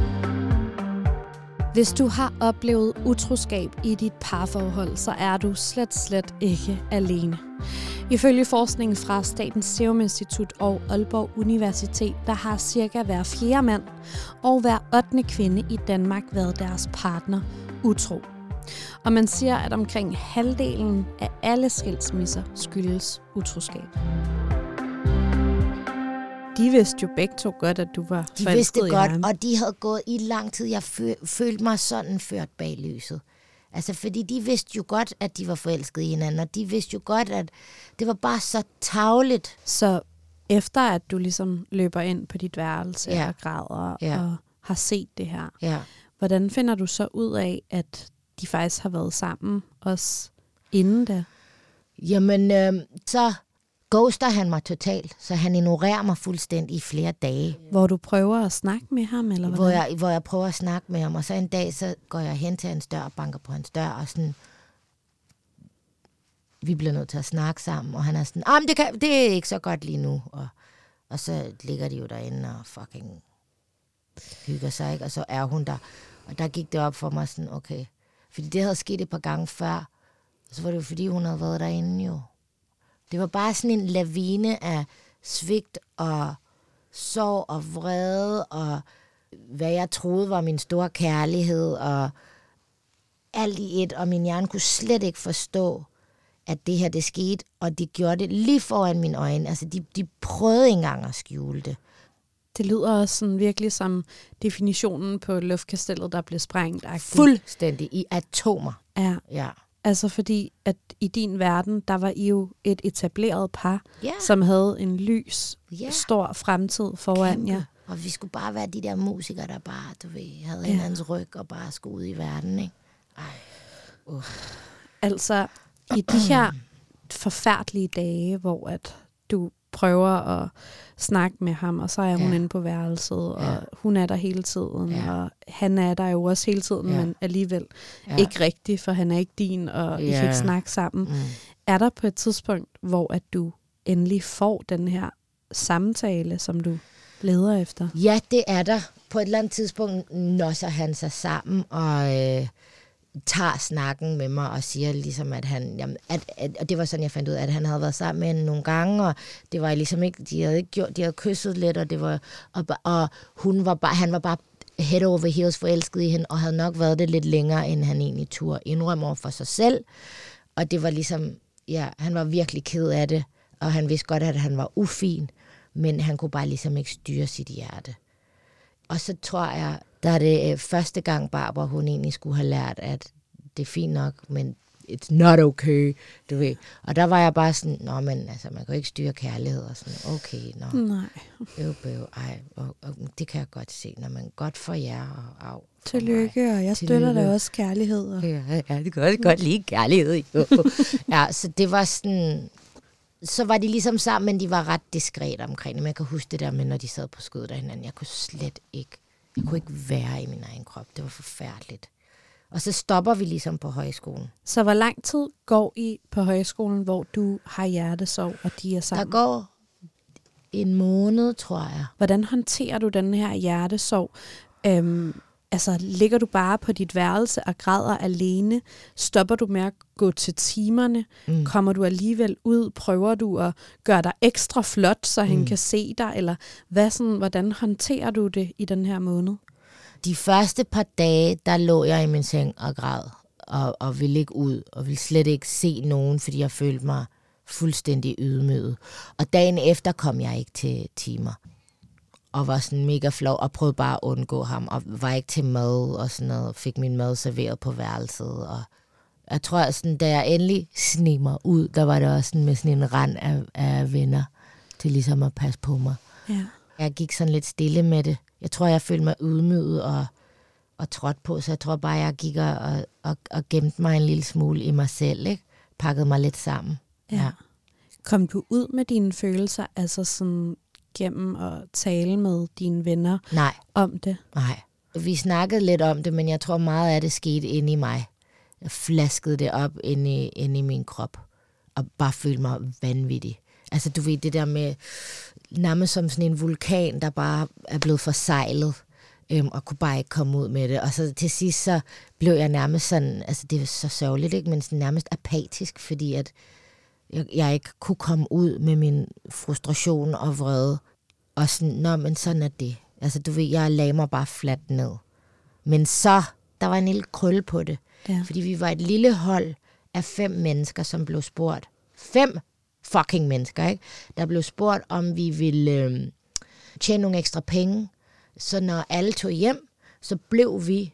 Hvis du har oplevet utroskab i dit parforhold, så er du slet ikke alene. Ifølge forskning fra Statens Serum Institut og Aalborg Universitet, der har cirka hver 4. mand og hver 8. kvinde i Danmark været deres partner utro. Og man siger, at omkring halvdelen af alle skilsmisser skyldes utroskab. De vidste jo begge to godt, at du var forelsket i ham. De vidste godt, og de havde gået i lang tid. Jeg følte mig sådan ført bag lyset. Altså, fordi de vidste jo godt, at de var forelsket i hinanden, og de vidste jo godt, at det var bare så tarveligt. Så efter at du ligesom løber ind på dit værelse og græder og har set det her, hvordan finder du så ud af, at de faktisk har været sammen også inden da? Jamen, så ghoster han mig totalt, så han ignorerer mig fuldstændig i flere dage. Hvor du prøver at snakke med ham, eller hvad? Hvor jeg prøver at snakke med ham, og så en dag, så går jeg hen til hans dør og banker på hans dør, og sådan, vi bliver nødt til at snakke sammen, og han er sådan, det er ikke så godt lige nu, og så ligger de jo derinde og fucking hygger sig, ikke? Og så er hun der, og der gik det op for mig sådan, okay, fordi det havde sket et par gange før, så var det jo fordi, hun havde været derinde jo. Det var bare sådan en lavine af svigt og sorg og vrede og hvad jeg troede var min store kærlighed og alt i et, og min hjerne kunne slet ikke forstå, at det her det skete, og de gjorde det lige foran mine øjne. Altså, de prøvede ikke engang at skjule det. Det lyder også sådan virkelig som definitionen på luftkastellet, der blev sprængt. Fuldstændig i atomer. Ja. Altså fordi, at i din verden, der var I jo et etableret par, som havde en lys, stor fremtid foran jer. Og vi skulle bare være de der musikere, der bare, du ved, havde hinandens ryg og bare skulle ud i verden, ikke? Altså, i de her forfærdelige dage, hvor at du prøver at snakke med ham, og så er hun inde på værelset, og hun er der hele tiden, og han er der jo også hele tiden, men alligevel ikke rigtigt, for han er ikke din, og I kan ikke snakke sammen. Er der på et tidspunkt, hvor at du endelig får den her samtale, som du leder efter? Ja, det er der. På et eller andet tidspunkt nosser han sig sammen, og tager snakken med mig og siger ligesom, at han, jamen, og det var sådan, jeg fandt ud af, at han havde været sammen med hende nogle gange, og det var ligesom ikke, de havde kysset lidt, og det var, og han var bare head over heels forelsket i hende, og havde nok været det lidt længere, end han egentlig turde indrømme over for sig selv. Og det var ligesom, ja, han var virkelig ked af det, og han vidste godt, at han var ufin, men han kunne bare ligesom ikke styre sit hjerte. Og så tror jeg, der er det første gang, Barbara, hun egentlig skulle have lært, at det er fint nok, men it's not okay, du ved. Og der var jeg bare sådan, men altså, man kan jo ikke styre kærlighed, og sådan, okay, Nej. Og det kan jeg godt se, når man godt for jer, og af. Tillykke, og jeg støtter da også kærlighed. Og... Ja, det kan også godt lide kærlighed. Ja, så det var sådan, så var de ligesom sammen, men de var ret diskrete omkring det. Men jeg kan huske det der med, når de sad på skødet af hinanden. Jeg kunne ikke være i min egen krop. Det var forfærdeligt. Og så stopper vi ligesom på højskolen. Så hvor lang tid går I på højskolen, hvor du har hjertesorg, og de er sammen? Der går en måned, tror jeg. Hvordan håndterer du den her hjertesorg? Altså, ligger du bare på dit værelse og græder alene? Stopper du med at gå til timerne? Kommer du alligevel ud? Prøver du at gøre dig ekstra flot, så han kan se dig? Eller hvordan håndterer du det i den her måned? De første par dage, der lå jeg i min seng og græd, og ville ikke ud, og ville slet ikke se nogen, fordi jeg følte mig fuldstændig ydmyget. Og dagen efter kom jeg ikke til timer, og var sådan mega flov, og prøvede bare at undgå ham, og var ikke til mad, og sådan noget, fik min mad serveret på værelset, og jeg tror, sådan, da jeg endelig sneg mig ud, der var det også sådan, med sådan en rand af venner, til ligesom at passe på mig. Ja. Jeg gik sådan lidt stille med det. Jeg tror, jeg følte mig ydmyget og trådt på, så jeg tror bare, jeg gik og gemte mig en lille smule i mig selv, ikke? Pakkede mig lidt sammen. Ja. Kom du ud med dine følelser, altså sådan gennem at tale med dine venner om det? Nej. Vi snakkede lidt om det, men jeg tror meget af det skete inde i mig. Jeg flaskede det op inde i min krop, og bare følte mig vanvittig. Altså, du ved, det der med nærmest som sådan en vulkan, der bare er blevet forsejlet, og kunne bare ikke komme ud med det. Og så til sidst, så blev jeg nærmest sådan, altså det er så sørgeligt, ikke? Men sådan nærmest apatisk, fordi at jeg ikke kunne komme ud med min frustration og vrede. Og sådan, men sådan er det. Altså, du ved, jeg lagde mig bare fladt ned. Men så, der var en lille krølle på det. Ja. Fordi vi var et lille hold af 5 mennesker, som blev spurgt. 5 fucking mennesker, ikke? Der blev spurgt, om vi ville tjene nogle ekstra penge. Så når alle tog hjem, så blev vi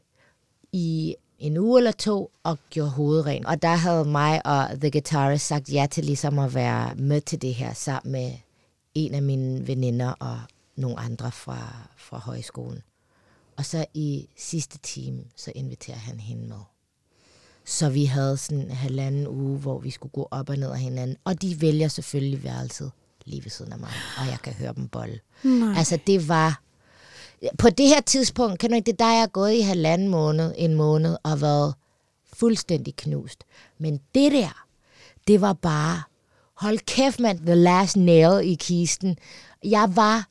i en uge eller 2 og gjorde hovedren. Og der havde mig og The Guitarist sagt ja til ligesom at være med til det her sammen med en af mine veninder og nogle andre fra højskolen. Og så i sidste time, så inviterer han hende med. Så vi havde sådan 1,5 uge, hvor vi skulle gå op og ned af hinanden. Og de vælger selvfølgelig værelset lige ved siden af mig. Og jeg kan høre dem bolle. Altså det var... På det her tidspunkt, kan du ikke, det der jeg er gået i 1,5 måned, og været fuldstændig knust. Men det der, det var bare... Hold kæft, mand, the last nail i kisten. Jeg var...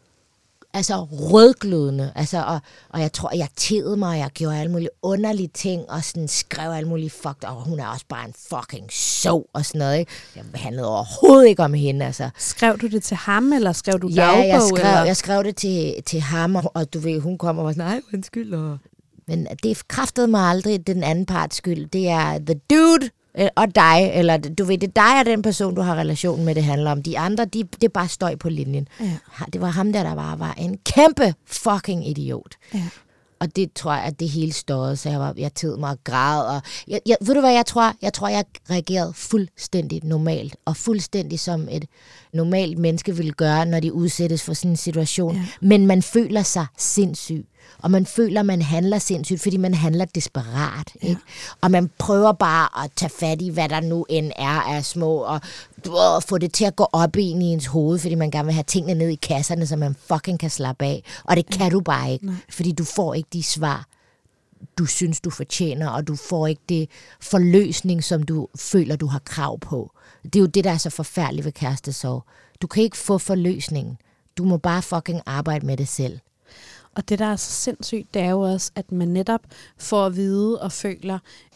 altså rødglødende, altså, og jeg tror, jeg tædede mig, og jeg gjorde alle mulige underlige ting, og sådan skrev alle mulige og hun er også bare en fucking og sådan noget, ikke? Jeg handlede overhovedet ikke om hende, altså. Skrev du det til ham, eller skrev du dagbog? Ja, jeg skrev det til ham, og du ved, hun kom og var sådan, nej, undskyld. Men det kræftede mig aldrig, den anden parts skyld. Det er the dude og dig, eller du ved, det er dig og den person, du har relation med, det handler om. De andre, det er bare støj på linjen. Ja. Det var ham der var en kæmpe fucking idiot. Ja. Og det tror jeg, at det hele støjede, så jeg tædede mig og græd. Og ved du hvad jeg tror? Jeg tror, jeg reagerede fuldstændig normalt, og fuldstændig som et normalt menneske ville gøre, når de udsættes for sådan en situation. Ja. Men man føler sig sindssyg. Og man føler, man handler sindssygt, fordi man handler desperat. Ja. Ikke? Og man prøver bare at tage fat i, hvad der nu end er af små, og få det til at gå op i ens hoved, fordi man gerne vil have tingene ned i kasserne, så man fucking kan slappe af. Og det kan du bare ikke, fordi du får ikke de svar, du synes, du fortjener, og du får ikke det forløsning, som du føler, du har krav på. Det er jo det, der er så forfærdeligt ved kærestesorg. Du kan ikke få forløsningen. Du må bare fucking arbejde med det selv. Og det, der er så sindssygt, det er jo også, at man netop får at vide og føler,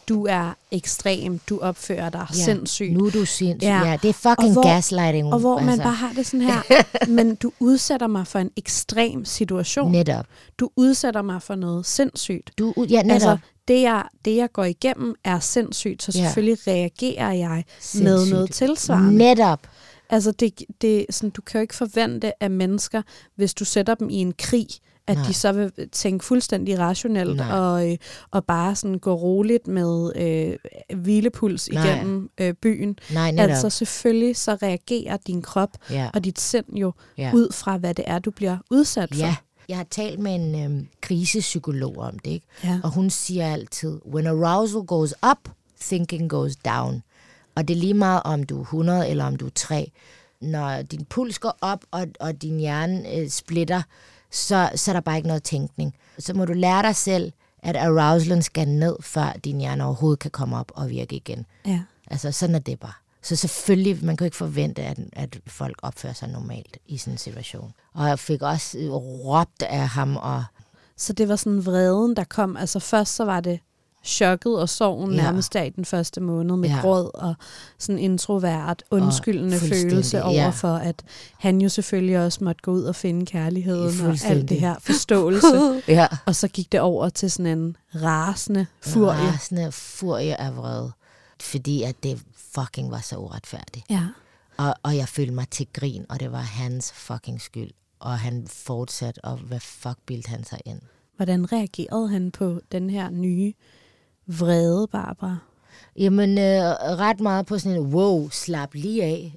du er ekstrem, du opfører dig sindssygt. Nu er du sindssyg. Ja, det er fucking gaslighting. Og hvor man bare har det sådan her, men du udsætter mig for en ekstrem situation. Netop. Du udsætter mig for noget sindssygt. Netop. Altså, det jeg går igennem er sindssygt, så selvfølgelig reagerer jeg med noget tilsvarende. Netop. Altså, det sådan, du kan jo ikke forvente af mennesker, hvis du sætter dem i en krig, at de så vil tænke fuldstændig rationelt og bare sådan gå roligt med hvilepuls igennem byen. Altså selvfølgelig så reagerer din krop og dit sind jo ud fra, hvad det er, du bliver udsat for. Ja. Jeg har talt med en krisepsykolog om det, ikke? Ja. Og hun siger altid, when arousal goes up, thinking goes down. Og det er lige meget, om du er 100 eller om du er 3. Når din puls går op, og din hjerne splitter, så er der bare ikke noget tænkning. Så må du lære dig selv, at arousalen skal ned, før din hjerne overhovedet kan komme op og virke igen. Ja. Altså, sådan er det bare. Så selvfølgelig, man kan jo ikke forvente, at folk opfører sig normalt i sådan en situation. Og jeg fik også råbt af ham. Så det var sådan vreden, der kom. Altså først så var det chokket og sorgen nærmest af den første måned med gråd og sådan introvert, undskyldende følelse over for, at han jo selvfølgelig også måtte gå ud og finde kærligheden og alt det her forståelse. Og så gik det over til sådan en rasende furie. En rasende furie af vrede, fordi at det fucking var så uretfærdigt. Ja. Og jeg følte mig til grin, og det var hans fucking skyld. Og han fortsatte, og hvad fuck bildte han sig ind? Hvordan reagerede han på den her nye vrede, Barbara? Jamen, ret meget på sådan en, wow, slap lige af.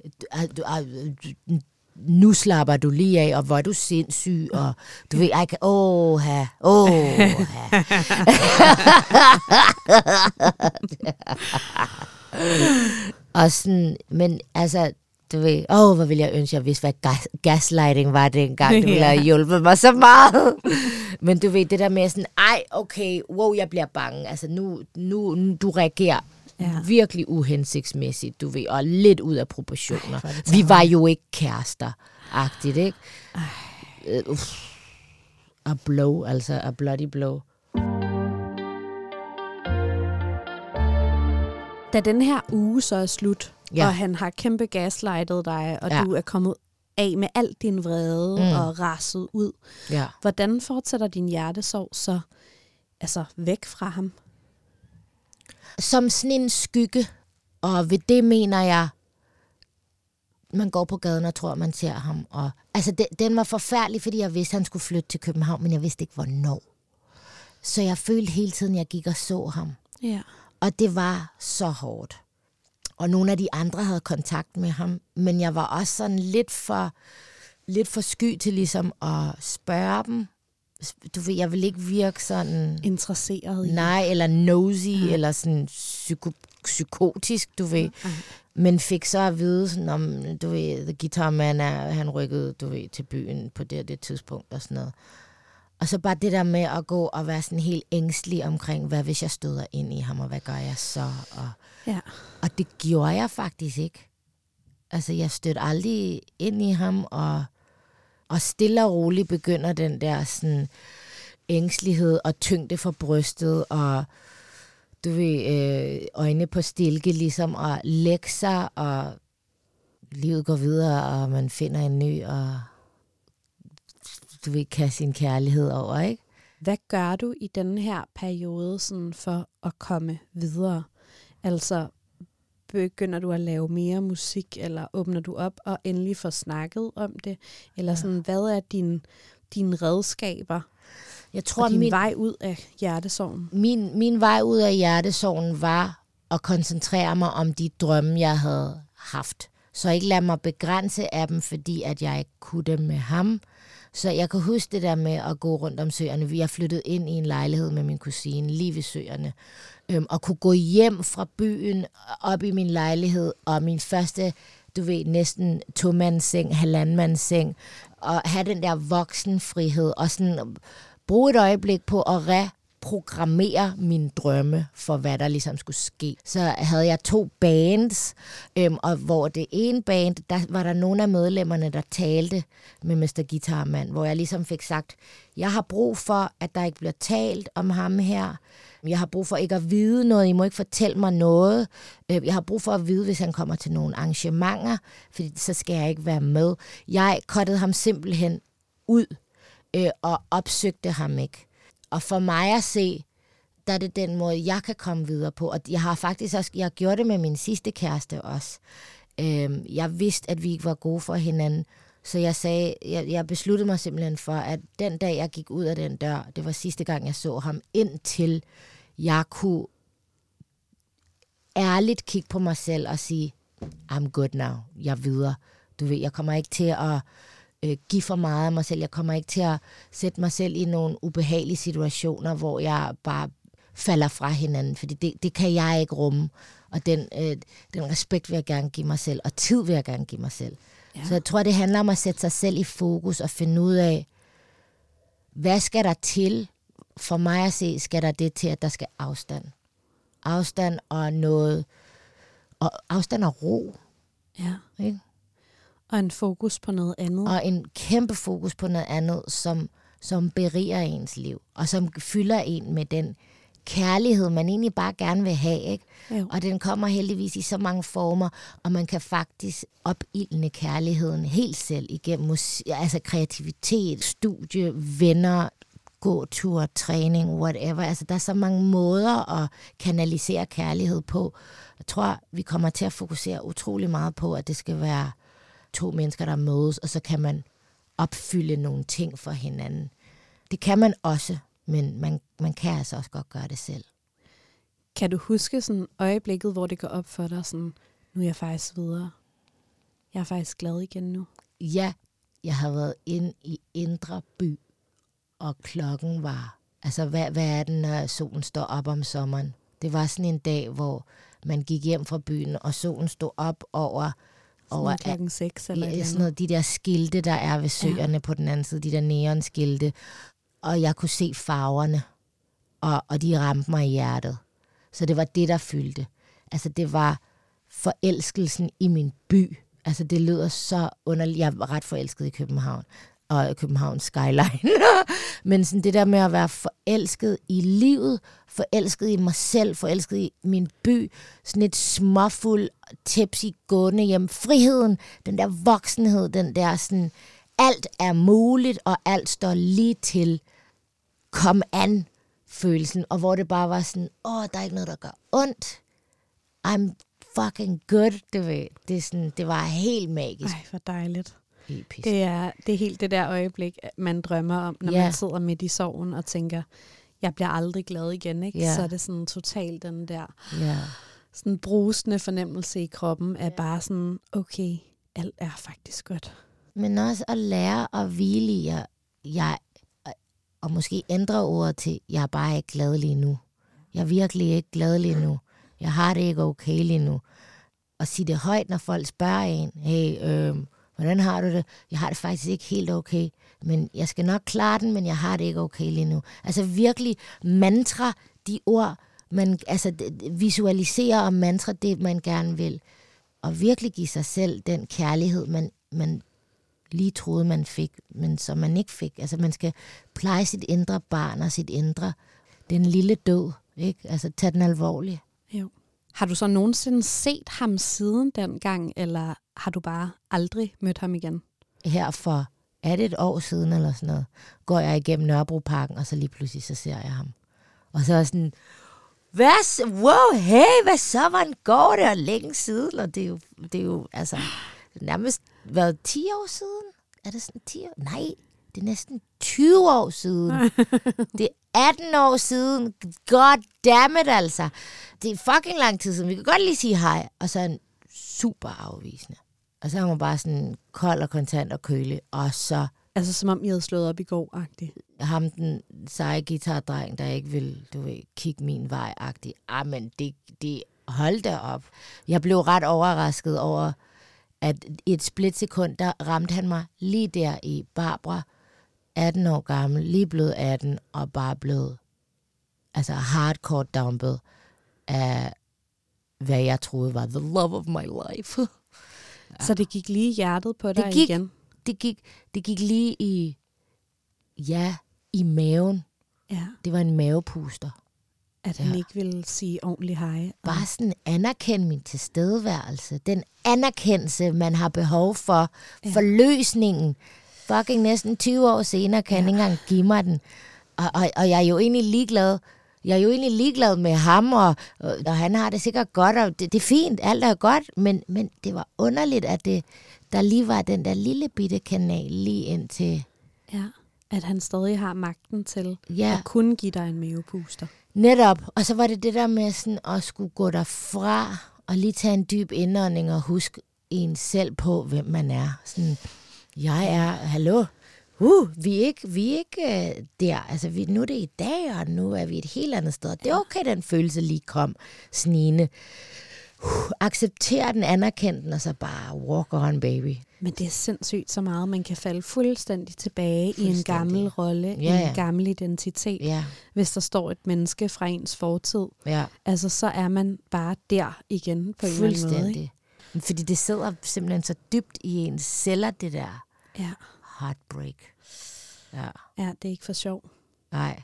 Nu slapper du lige af, og hvor er du sindssyg, og du ved, og sådan, men altså, du ved, hvor ville jeg ønske, jeg vidste, hvad gaslighting var dengang. Det ville have hjulpet mig så meget. Men du ved, det der med sådan, okay, wow, jeg bliver bange. Altså nu du reagerer virkelig uhensigtsmæssigt, du ved, og lidt ud af proportioner. Vi var jo ikke kærester-agtigt, ikke? A blow, altså a bloody blow. Da den her uge så er slut, og han har kæmpe gaslightet dig, og du er kommet af med al din vrede og raset ud. Ja. Hvordan fortsætter din hjertesorg så væk fra ham? Som sådan en skygge, og ved det mener jeg, man går på gaden og tror, man ser ham. Og, altså, den var forfærdelig, fordi jeg vidste, han skulle flytte til København, men jeg vidste ikke, hvornår. Så jeg følte hele tiden, jeg gik og så ham. Ja. Og det var så hårdt. Og nogle af de andre havde kontakt med ham, men jeg var også sådan lidt for sky til ligesom at spørge dem. Du ved, jeg vil ikke virke sådan interesseret i. Nej, eller nosy, eller sådan psykotisk, du ved. Men fik så at vide, sådan om, du ved, The Guitar Man han rykkede, du ved, til byen på det tidspunkt og sådan noget. Og så bare det der med at gå og være sådan helt ængstelig omkring, hvad hvis jeg støder ind i ham, og hvad gør jeg så? Og det gjorde jeg faktisk ikke. Altså, jeg stødte aldrig ind i ham, og stille og roligt begynder den der sådan ængstelighed og tyngde for brystet, og du ved, øjne på stilke, ligesom at lægge sig, og livet går videre, og man finder en ny, og du vil kaste sin kærlighed over, ikke? Hvad gør du i denne her periode sådan for at komme videre? Altså, begynder du at lave mere musik, eller åbner du op og endelig får snakket om det? Eller sådan, hvad er dine redskaber? Jeg tror, og din vej ud af hjertesorgen? Min vej ud af hjertesorgen var at koncentrere mig om de drømme, jeg havde haft. Så ikke lade mig begrænse af dem, fordi at jeg ikke kunne dem med ham. Så jeg kan huske det der med at gå rundt om søerne. Vi har flyttet ind i en lejlighed med min kusine, lige ved søerne. Og kunne gå hjem fra byen op i min lejlighed, og min første, du ved, næsten 2-mandsseng, 1,5-mandsseng, og have den der voksenfrihed, og sådan bruge et øjeblik på at programmere mine drømme for, hvad der ligesom skulle ske. Så havde jeg 2 bands, og hvor det ene band, der var der nogle af medlemmerne, der talte med Mr. Guitarman, hvor jeg ligesom fik sagt, jeg har brug for, at der ikke bliver talt om ham her. Jeg har brug for ikke at vide noget. I må ikke fortælle mig noget. Jeg har brug for at vide, hvis han kommer til nogle arrangementer, for så skal jeg ikke være med. Jeg cuttede ham simpelthen ud og opsøgte ham ikke. Og for mig at se, der er det den måde, jeg kan komme videre på. Og jeg har faktisk også, jeg gjorde det med min sidste kæreste også. Jeg vidste, at vi ikke var gode for hinanden. Så jeg sagde, jeg besluttede mig simpelthen for, at den dag, jeg gik ud af den dør, det var sidste gang, jeg så ham, indtil jeg kunne ærligt kigge på mig selv og sige, I'm good now, jeg er videre. Du ved, jeg kommer ikke til at give for meget af mig selv. Jeg kommer ikke til at sætte mig selv i nogle ubehagelige situationer, hvor jeg bare falder fra hinanden, fordi det kan jeg ikke rumme. Og den respekt vil jeg gerne give mig selv, og tid vil jeg gerne give mig selv. Ja. Så jeg tror, det handler om at sætte sig selv i fokus og finde ud af, hvad skal der til? For mig at se, skal der det til, at der skal afstand. Afstand og noget, og afstand og ro. Ja. Ikke? Og en fokus på noget andet. Og en kæmpe fokus på noget andet, som beriger ens liv, og som fylder en med den kærlighed, man egentlig bare gerne vil have, ikke? Og den kommer heldigvis i så mange former, og man kan faktisk opildne kærligheden helt selv igennem altså kreativitet, studie, venner, gåtur, træning, whatever. Altså, der er så mange måder at kanalisere kærlighed på. Jeg tror, vi kommer til at fokusere utrolig meget på, at det skal være 2 mennesker, der mødes, og så kan man opfylde nogle ting for hinanden. Det kan man også, men man kan altså også godt gøre det selv. Kan du huske sådan øjeblikket, hvor det går op for dig, sådan, nu er jeg faktisk videre? Jeg er faktisk glad igen nu. Ja, jeg har været inde i Indre By, og klokken var, altså hvad er den, når solen står op om sommeren? Det var sådan en dag, hvor man gik hjem fra byen, og solen stod op over klokken 6 eller sådan noget, de der skilte, der er ved søerne på den anden side, de der neonskilte. Og jeg kunne se farverne, og de ramte mig i hjertet. Så det var det, der fyldte. Altså det var forelskelsen i min by. Altså det lyder så underligt. Jeg var ret forelsket i København, og Københavns skyline. Men sådan det der med at være forelsket i livet, forelsket i mig selv, forelsket i min by, sådan et småfuld tipsy gående hjem. Friheden, den der voksenhed, den der sådan, alt er muligt, og alt står lige til. Kom an følelsen, og hvor det bare var sådan, der er ikke noget, der gør ondt. I'm fucking good, du ved. Det var helt magisk. Ej, hvor dejligt. Det er helt det der øjeblik, man drømmer om, når man sidder midt i sorgen og tænker, jeg bliver aldrig glad igen, ikke? Så er det sådan totalt den der sådan brusende fornemmelse i kroppen af bare sådan, okay, alt er faktisk godt. Men også at lære at hvile i, og måske ændre ordet til, jeg er bare ikke glad lige nu. Jeg er virkelig ikke glad lige nu. Jeg har det ikke okay lige nu. Og sige det højt, når folk spørger en, hey, hvordan har du det? Jeg har det faktisk ikke helt okay, men jeg skal nok klare den, men jeg har det ikke okay lige nu. Altså virkelig mantra de ord, man visualiserer og mantra det, man gerne vil. Og virkelig give sig selv den kærlighed, man lige troede, man fik, men som man ikke fik. Altså man skal pleje sit indre barn og sit indre, den lille død, ikke? Altså tag den alvorligt. Jo. Har du så nogensinde set ham siden dengang, eller har du bare aldrig mødt ham igen? Her for, er det et år siden eller sådan noget, går jeg igennem Nørrebroparken, og så lige pludselig så ser jeg ham. Og så er sådan, hvad så, hvordan går det, og længe siden, og det er jo altså nærmest været 10 år siden. Er det sådan 10 år? Nej, det er næsten 20 år siden. Det er 18 år siden. God damn it, altså. Det er fucking lang tid siden. Vi kan godt lige sige hej. Og så er han super afvisende. Og så er han bare sådan kold og kontant og kølig. Og så... Altså som om I havde slået op i går-agtigt. Ham, den seje guitardreng, der ikke vil, kigge min vej-agtigt. Men det hold da op. Jeg blev ret overrasket over, at i et splitsekund, der ramte han mig lige der i Barbara, 18 år gammel, lige blevet 18, og bare blevet altså hardcore downbed af, hvad jeg troede var the love of my life. Ja. Så det gik lige i hjertet på dig igen? Det gik lige i maven. Ja. Det var en mavepuster. At han ikke ville sige ordentligt hej. Bare sådan anerkende min tilstedeværelse. Den anerkendelse, man har behov for. Ja. Forløsningen. Fucking næsten 20 år senere kan han ikke engang give mig den. Og jeg er jo egentlig ligeglad. Jeg er jo egentlig ligeglad med ham, og han har det sikkert godt, og det er fint, alt er godt, men det var underligt, at der lige var den der lille bitte kanal lige ind til... Ja, at han stadig har magten til at kunne give dig en mavepuster. Netop, og så var det der med sådan at skulle gå derfra, og lige tage en dyb indånding, og huske en selv på, hvem man er. Sådan, jeg er, hallo, vi er ikke der. Altså, nu er det i dag, og nu er vi et helt andet sted. Det er okay, den følelse lige kom snigende. Accepter den, anerkend den, og så bare walk on, baby. Men det er sindssygt så meget, man kan falde fuldstændig tilbage i en gammel rolle, i en gammel identitet. Hvis der står et menneske fra ens fortid, altså så er man bare der igen på en eller anden måde. Fuldstændig. Fordi det sidder simpelthen så dybt i ens celler, det der heartbreak. Ja, det er ikke for sjov. Nej.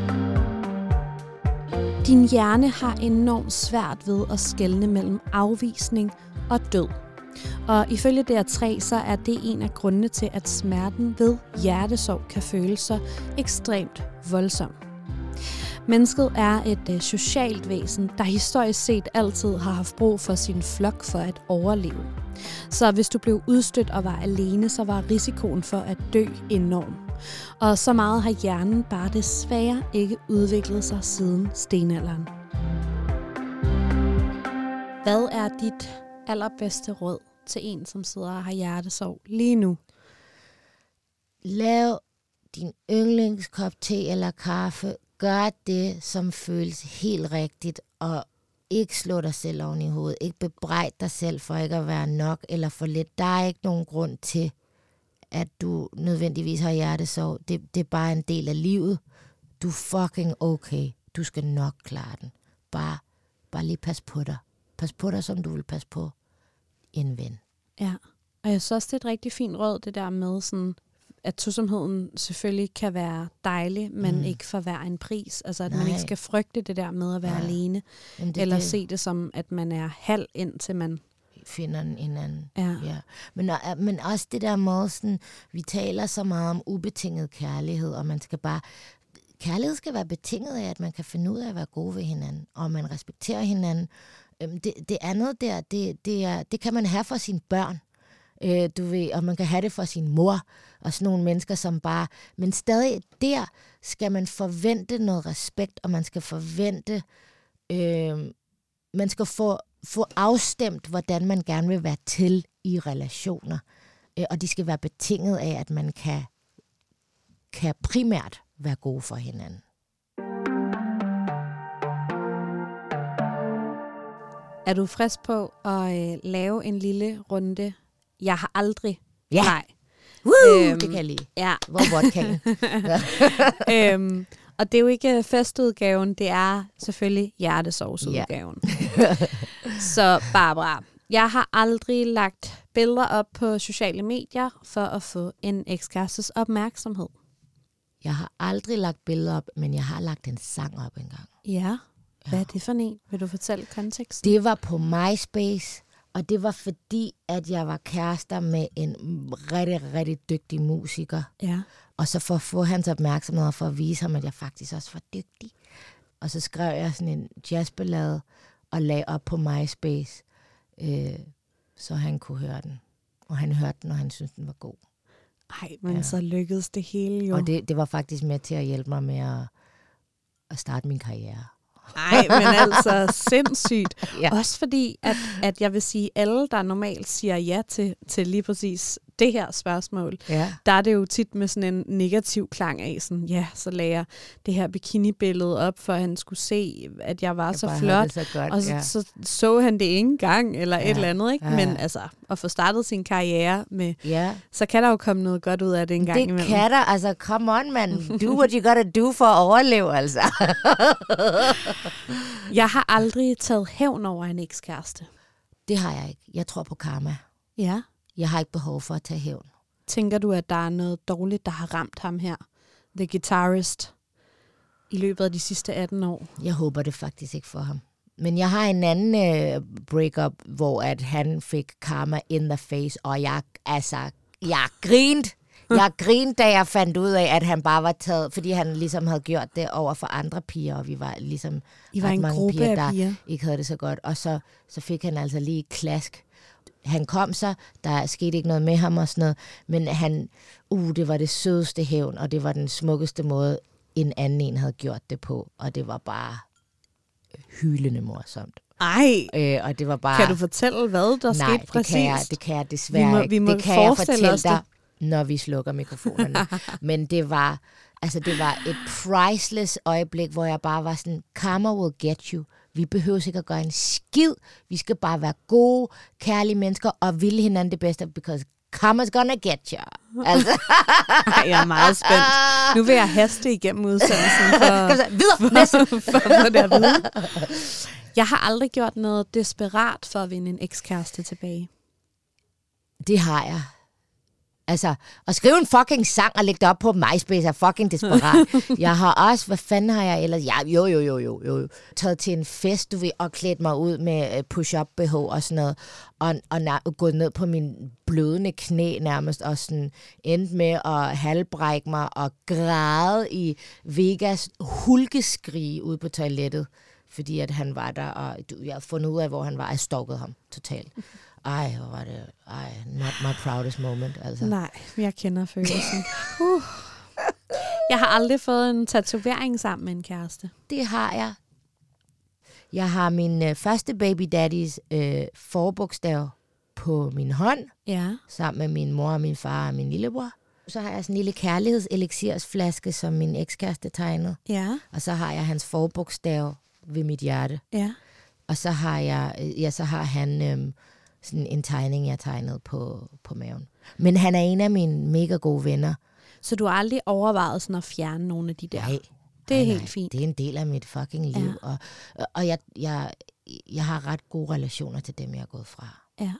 Din hjerne har enormt svært ved at skelne mellem afvisning og død. Og ifølge DR3, så er det en af grundene til, at smerten ved hjertesorg kan føles så ekstremt voldsom. Mennesket er et socialt væsen, der historisk set altid har haft brug for sin flok for at overleve. Så hvis du blev udstødt og var alene, så var risikoen for at dø enorm. Og så meget har hjernen bare desværre ikke udviklet sig siden stenalderen. Hvad er dit allerbedste råd til en, som sidder og har hjertesorg lige nu? Lav din yndlingskop te eller kaffe. Gør det, som føles helt rigtigt, og ikke slå dig selv oven i hovedet. Ikke bebrejde dig selv for ikke at være nok eller for lidt. Der er ikke nogen grund til, at du nødvendigvis har hjertesorg. Det er bare en del af livet. Du er fucking okay. Du skal nok klare den. Bare lige pas på dig. Pas på dig, som du vil passe på en ven. Ja, og jeg synes også, det er et rigtig fint råd, det der med sådan, at tosomheden selvfølgelig kan være dejlig, men ikke for hver en pris. Altså, at man ikke skal frygte det der med at være alene. Eller se det som, at man er halv, indtil man finder en anden. Ja. Men også det der med, sådan, vi taler så meget om ubetinget kærlighed, og man skal bare... Kærlighed skal være betinget af, at man kan finde ud af at være gode ved hinanden, og man respekterer hinanden. Det andet der, det kan man have for sine børn. Du ved, og man kan have det for sin mor, og sådan nogle mennesker, som bare... Men stadig der skal man forvente noget respekt, og man skal forvente... man skal få afstemt, hvordan man gerne vil være til i relationer. Og de skal være betinget af, at man kan primært være gode for hinanden. Er du frisk på at lave en lille runde? Jeg har aldrig. Ja. Nej. Det kan jeg lide. Ja. Hvor vodkaen. Og det er jo ikke festudgaven, det er selvfølgelig hjertesorgsudgaven. Ja. Så Barbara, jeg har aldrig lagt billeder op på sociale medier for at få en ekskærestes opmærksomhed. Jeg har aldrig lagt billeder op, men jeg har lagt en sang op engang. Ja. Hvad er det for en? Vil du fortælle konteksten? Det var på MySpace, og det var fordi, at jeg var kærester med en rigtig, rigtig dygtig musiker. Ja. Og så for at få hans opmærksomhed og for at vise ham, at jeg faktisk også var dygtig. Og så skrev jeg sådan en jazzballade og lagde op på MySpace, så han kunne høre den. Og han hørte den, og han syntes, den var god. Ej, men så lykkedes det hele jo. Og det var faktisk med til at hjælpe mig med at starte min karriere. Nej, men altså sindssygt. Ja. Også fordi, at jeg vil sige, alle, der normalt siger ja til lige præcis det her spørgsmål, der er det jo tit med sådan en negativ klang af, sådan, så lagde jeg det her bikini-billede op, for at han skulle se, at jeg var så flot, så godt, og så han det ikke engang, eller et eller andet, ikke? Men altså, at få startet sin karriere med, så kan der jo komme noget godt ud af det en gang imellem. Det kan der, altså, come on, man, do what you gotta do for at overleve, altså. Jeg har aldrig taget hævn over en ekskæreste. Det har jeg ikke. Jeg tror på karma. Ja. Jeg har ikke behov for at tage hævn. Tænker du, at der er noget dårligt, der har ramt ham her? The Guitarist. I løbet af de sidste 18 år. Jeg håber det faktisk ikke for ham. Men jeg har en anden breakup, hvor at han fik karma in the face, og jeg grinte. Jeg grinede, da jeg fandt ud af, at han bare var taget, fordi han ligesom havde gjort det over for andre piger, og vi var ligesom I var en gruppe piger, af piger, der ikke havde det så godt. Og så fik han altså lige et klask. Han kom så, der skete ikke noget med ham og sådan noget, men han, det var det sødeste hævn, og det var den smukkeste måde, en anden en havde gjort det på, og det var bare hylende morsomt. Ej, og det var bare... Kan du fortælle, hvad der skete præcis? Nej, det kan jeg desværre ikke. Det kan jeg fortælle dig, når vi slukker mikrofonerne. Men det var et priceless øjeblik, hvor jeg bare var sådan, karma will get you. Vi behøver ikke at gøre en skid. Vi skal bare være gode, kærlige mennesker og ville hinanden det bedste, because karma's gonna get you. Altså. Jeg er meget spændt. Nu vil jeg haste igennem udsendelsen for det at vide. Jeg har aldrig gjort noget desperat for at vinde en ekskæreste tilbage. Det har jeg. Altså, at skrive en fucking sang og lægge det op på MySpace er fucking desperat. Jeg har også, hvad fanden har jeg ellers? Ja, jo. Taget til en fest, du ved, og klædt mig ud med push-up BH og sådan noget. Og gået ned på min blødende knæ nærmest, og sådan endte med at halvbrække mig og græde i Vegas hulkeskrig ude på toilettet. Fordi at han var der, og jeg havde fundet ud af, hvor han var. Jeg stalkede ham totalt. Hvor var det... not my proudest moment, altså. Nej, jeg kender følelsen. Jeg har aldrig fået en tatovering sammen med en kæreste. Det har jeg. Jeg har min første baby daddys forbogstav på min hånd, sammen med min mor og min far og min lillebror. Så har jeg sådan en lille kærlighedselixirsflaske, som min ekskæreste tegnede. Ja. Og så har jeg hans forbogstav ved mit hjerte. Ja. Og så har han sådan en tegning, jeg tegnede på maven. Men han er en af mine mega gode venner. Så du har aldrig overvejet sådan at fjerne nogle af de der? Nej. Det er helt fint. Det er en del af mit fucking liv. Og jeg har ret gode relationer til dem, jeg er gået fra. Ja.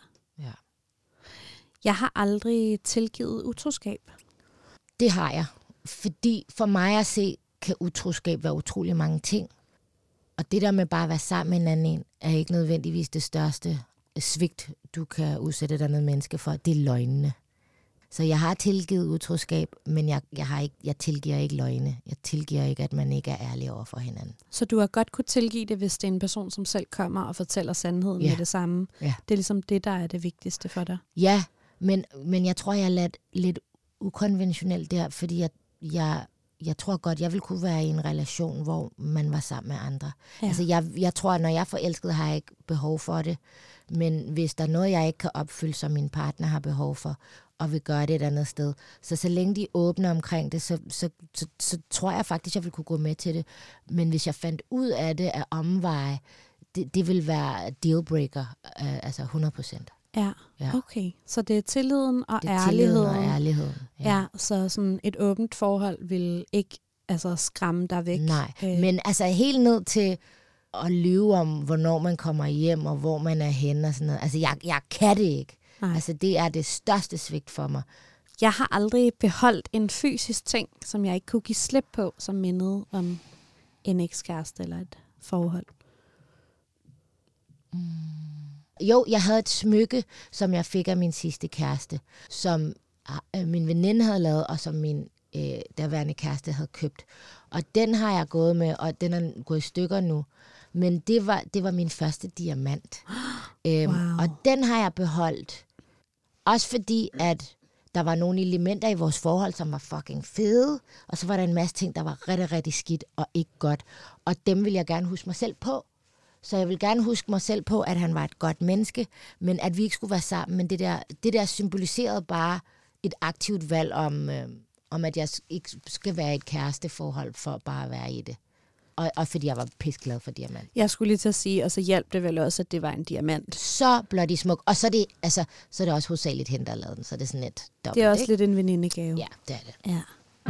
Jeg har aldrig tilgivet utroskab. Det har jeg. Fordi for mig at se, kan utroskab være utrolig mange ting. Og det der med bare at være sammen med en anden, er ikke nødvendigvis det største svigt, du kan udsætte dig noget menneske for. Det er løgnene. Så jeg har tilgivet utroskab, men jeg tilgiver ikke løgne. Jeg tilgiver ikke, at man ikke er ærlig over for hinanden. Så du har godt kunne tilgive det, hvis det er en person, som selv kommer og fortæller sandheden med det samme? Ja. Det er ligesom det, der er det vigtigste for dig? Ja, men jeg tror, jeg er lidt ukonventionel der, fordi jeg tror godt, jeg vil kunne være i en relation, hvor man var sammen med andre. Ja. Altså jeg tror, at når jeg er forelsket, har jeg ikke behov for det. Men hvis der er noget, jeg ikke kan opfylde, som min partner har behov for, og vil gøre det et andet sted, så længe de åbner omkring det, så tror jeg faktisk, jeg vil kunne gå med til det. Men hvis jeg fandt ud af det af omveje, det vil være dealbreaker, altså 100%. Ja, okay. Så det er tilliden og ærligheden. Tilliden og ærligheden. Ja, så sådan et åbent forhold vil ikke skræmme dig væk. Nej, men altså helt ned til at lyve om, hvornår man kommer hjem, og hvor man er henne og sådan noget. Altså jeg kan det ikke. Nej. Altså det er det største svigt for mig. Jeg har aldrig beholdt en fysisk ting, som jeg ikke kunne give slip på, som mindede om en ekskæreste eller et forhold. Jo, jeg havde et smykke, som jeg fik af min sidste kæreste, som min veninde havde lavet, og som min derværende kæreste havde købt. Og den har jeg gået med, og den er gået i stykker nu. Men det var min første diamant. Wow. Og den har jeg beholdt. Også fordi, at der var nogle elementer i vores forhold, som var fucking fede. Og så var der en masse ting, der var rigtig, rigtig skidt og ikke godt. Og dem vil jeg gerne huske mig selv på. Så jeg vil gerne huske mig selv på, at han var et godt menneske, men at vi ikke skulle være sammen. Men det der symboliserede bare et aktivt valg om at jeg ikke skal være i et kæresteforhold for bare at være i det. Og fordi jeg var pisseglad for diamant. Jeg skulle lige til at sige, og så hjalp det vel også, at det var en diamant. Så bloody smuk. Og så er det også hovedsageligt hende, der har lavet den. Så det er sådan et dobbelt. Det er også lidt en venindegave. Ja, det er det. Ja.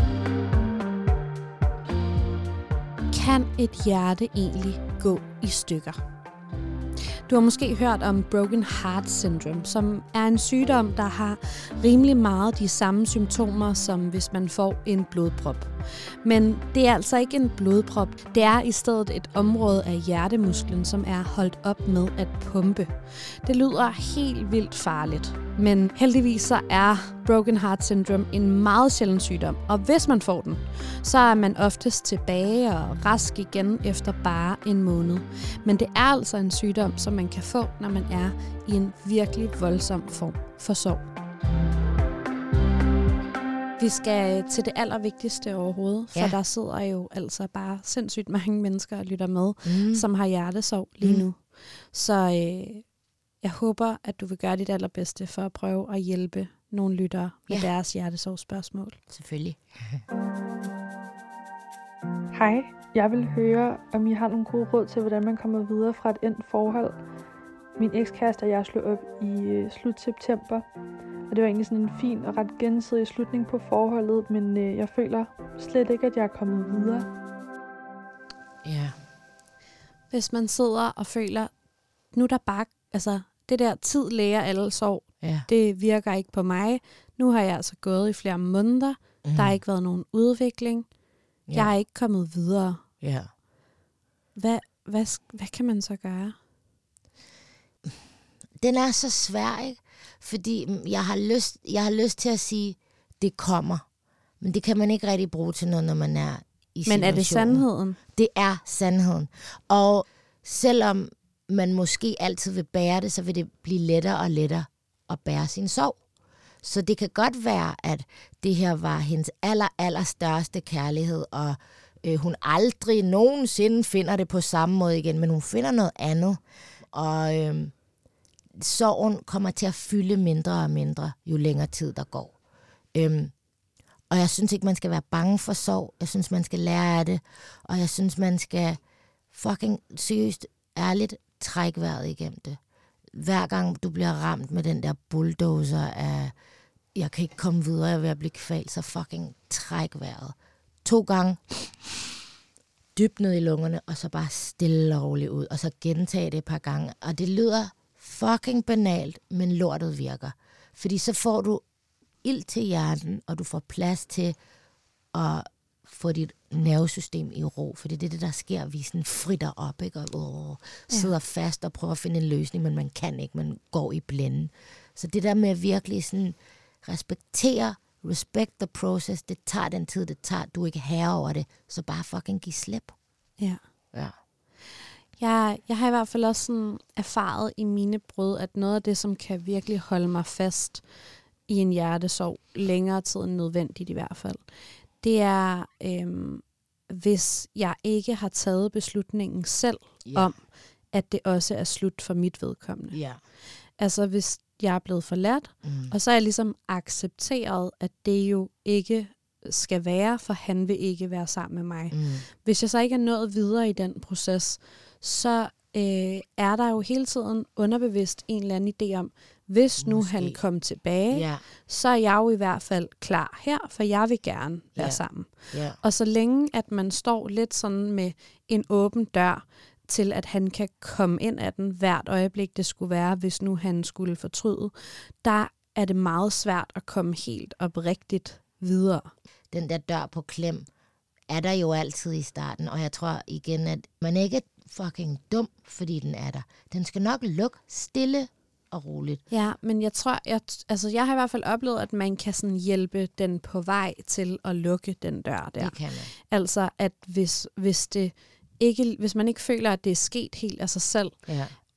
Kan et hjerte egentlig gå i stykker? Du har måske hørt om Broken Heart Syndrome, som er en sygdom, der har rimelig meget de samme symptomer, som hvis man får en blodprop. Men det er altså ikke en blodprop. Det er i stedet et område af hjertemusklen, som er holdt op med at pumpe. Det lyder helt vildt farligt. Men heldigvis så er Broken Heart Syndrome en meget sjælden sygdom. Og hvis man får den, så er man oftest tilbage og rask igen efter bare en måned. Men det er altså en sygdom, som man kan få, når man er i en virkelig voldsom form for sorg. Vi skal til det allervigtigste overhovedet, for der sidder jo altså bare sindssygt mange mennesker og lytter med, som har hjertesorg lige nu. Så jeg håber, at du vil gøre dit allerbedste for at prøve at hjælpe nogle lyttere med deres hjertesorgspørgsmål. Selvfølgelig. Hej, jeg vil høre, om I har nogle gode råd til, hvordan man kommer videre fra et endt forhold. Min ekskæreste og jeg slog op i slut september, og det var egentlig sådan en fin og ret gensidig slutning på forholdet, men jeg føler slet ikke, at jeg er kommet videre. Ja. Hvis man sidder og føler, nu der bare, altså det der tid læger alle sorg, det virker ikke på mig. Nu har jeg altså gået i flere måneder, der har ikke været nogen udvikling, jeg er ikke kommet videre. Ja. Hvad kan man så gøre? Den er så svær, ikke? Fordi jeg har lyst til at sige, det kommer. Men det kan man ikke rigtig bruge til noget, når man er i situationen. Men er det sandheden? Det er sandheden. Og selvom man måske altid vil bære det, så vil det blive lettere og lettere at bære sin sorg. Så det kan godt være, at det her var hendes allerstørste kærlighed, og hun aldrig nogensinde finder det på samme måde igen, men hun finder noget andet. Og sorgen kommer til at fylde mindre og mindre, jo længere tid der går. Og jeg synes ikke, man skal være bange for sorg. Jeg synes, man skal lære af det. Og jeg synes, man skal fucking seriøst, ærligt trække vejret igennem det. Hver gang du bliver ramt med den der bulldozer af, jeg kan ikke komme videre, jeg er ved at blive kvalt, så fucking træk vejret. 2 gange, dybt ned i lungerne, og så bare stille og roligt ud. Og så gentage det et par gange. Og det lyder fucking banalt, men lortet virker. Fordi så får du ild til hjernen, og du får plads til at få dit nervesystem i ro. For det er det, der sker. Vi sådan fritter op, ikke? Og sidder fast og prøver at finde en løsning, men man kan ikke. Man går i blinde. Så det der med at virkelig sådan respektere, respect the process, det tager den tid, det tager. Du er ikke herre over det, så bare fucking giv slip. Ja. Ja. Jeg har i hvert fald også sådan erfaret i mine brud, at noget af det, som kan virkelig holde mig fast i en hjertesorg, længere tid end nødvendigt i hvert fald, det er, hvis jeg ikke har taget beslutningen selv om, at det også er slut for mit vedkommende. Ja. Altså hvis jeg er blevet forladt, og så er jeg ligesom accepteret, at det jo ikke skal være, for han vil ikke være sammen med mig. Hvis jeg så ikke er nået videre i den proces, så er der jo hele tiden underbevidst en eller anden idé om, hvis nu han kom tilbage, så er jeg jo i hvert fald klar her, for jeg vil gerne være sammen. Og så længe, at man står lidt sådan med en åben dør, til at han kan komme ind af den hvert øjeblik, det skulle være, hvis nu han skulle fortryde, der er det meget svært at komme helt oprigtigt videre. Den der dør på klem er der jo altid i starten, og jeg tror igen, at man ikke er fucking dum, fordi den er der. Den skal nok lukke stille og roligt. Ja, men jeg tror, jeg har i hvert fald oplevet, at man kan sådan hjælpe den på vej til at lukke den dør der. Det kan man. Altså, at hvis man ikke føler, at det er sket helt af sig selv,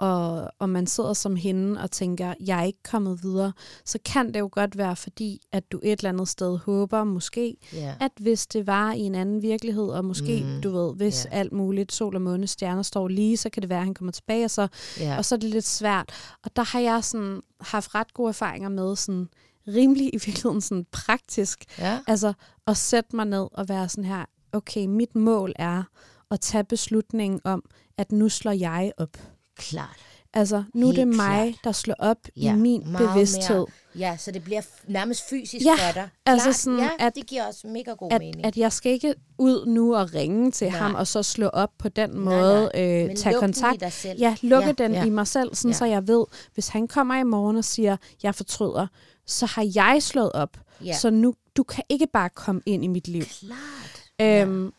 og man sidder som hende og tænker, jeg er ikke kommet videre, så kan det jo godt være, fordi at du et eller andet sted håber måske, at hvis det var i en anden virkelighed, og måske, du ved, hvis alt muligt, sol og måne, stjerner står lige, så kan det være, at han kommer tilbage, og så er det lidt svært. Og der har jeg sådan haft ret gode erfaringer med sådan rimelig i virkeligheden sådan praktisk. Altså at sætte mig ned og være sådan her, okay, mit mål er at tage beslutningen om, at nu slår jeg op. Klart. Altså, nu er det mig, der slår op i min bevidsthed. Mere. Ja, så det bliver nærmest fysisk for dig. Altså sådan, at det giver også mega god mening. At jeg skal ikke ud nu og ringe til ham, og så slå op på den måde, tage kontakt. Ja, lukke den i mig selv, sådan så jeg ved, hvis han kommer i morgen og siger, jeg fortryder, så har jeg slået op. Så nu, du kan ikke bare komme ind i mit liv. Klart.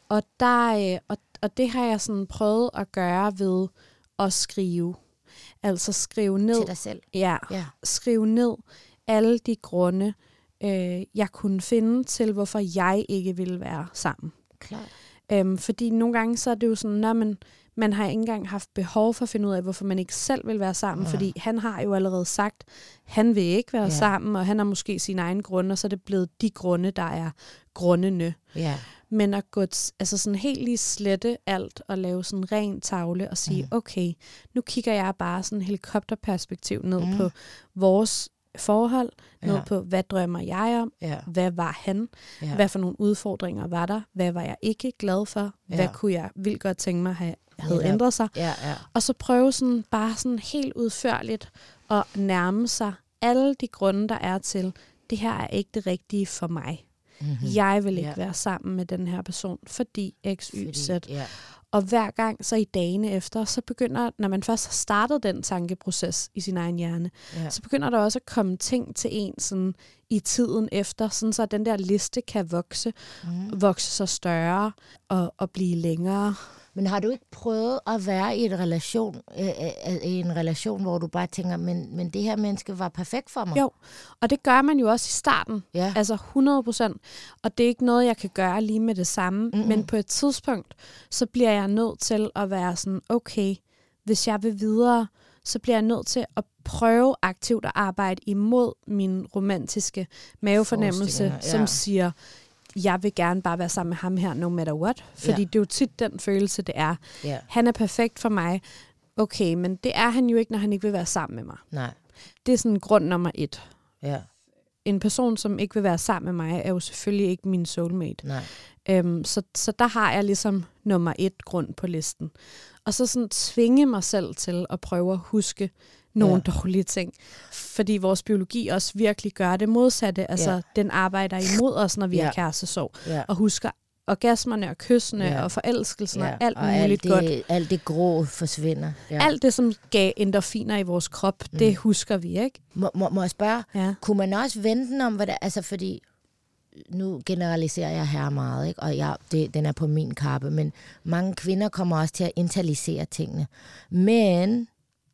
Og det har jeg sådan prøvet at gøre ved at skrive. Altså skrive ned. Til dig selv. Ja. Skrive ned alle de grunde, jeg kunne finde til, hvorfor jeg ikke ville være sammen. Klart. Fordi nogle gange så er det jo sådan, man har ikke engang haft behov for at finde ud af, hvorfor man ikke selv vil være sammen. Fordi han har jo allerede sagt, han vil ikke være sammen, og han har måske sine egne grunde, og så er det blevet de grunde, der er grundene. Men at gå altså sådan helt lige slette alt og lave sådan en ren tavle og sige, okay, nu kigger jeg bare sådan en helikopterperspektiv ned på vores forhold, ned på, hvad drømmer jeg om, hvad var han, hvad for nogle udfordringer var der, hvad var jeg ikke glad for, hvad kunne jeg vildt godt tænke mig havde ændret sig. Og så prøve sådan bare sådan helt udførligt at nærme sig alle de grunde, der er til, det her er ikke det rigtige for mig. Jeg vil ikke være sammen med den her person, fordi X, Y, Z. Og hver gang, så i dagene efter, så begynder, når man først har startet den tankeproces i sin egen hjerne, så begynder der også at komme ting til en sådan, i tiden efter, sådan så den der liste kan vokse sig større og blive længere. Men har du ikke prøvet at være i en relation, hvor du bare tænker, men det her menneske var perfekt for mig? Jo, og det gør man jo også i starten. Altså 100%. Og det er ikke noget, jeg kan gøre lige med det samme. Men på et tidspunkt, så bliver jeg nødt til at være sådan, okay, hvis jeg vil videre, så bliver jeg nødt til at prøve aktivt at arbejde imod min romantiske mavefornemmelse, som siger, jeg vil gerne bare være sammen med ham her, no matter what. Fordi det er jo tit den følelse, det er. Han er perfekt for mig. Okay, men det er han jo ikke, når han ikke vil være sammen med mig. Nej. Det er sådan grund nummer 1. En person, som ikke vil være sammen med mig, er jo selvfølgelig ikke min soulmate. Nej. Så der har jeg ligesom nummer 1 grund på listen. Og så sådan tvinge mig selv til at prøve at huske nogle dårlige ting. Fordi vores biologi også virkelig gør det modsatte. Altså, den arbejder imod os, når vi har kærestesorg. Og husker orgasmerne og kyssene og forelskelsen og alt muligt godt. Alt det grå forsvinder. Alt det, som gav endorfiner i vores krop, det husker vi, ikke? Må jeg spørge, kunne man også vende den om, hvad det, altså fordi, nu generaliserer jeg her meget, ikke? Og den er på min kappe, men mange kvinder kommer også til at internalisere tingene. Men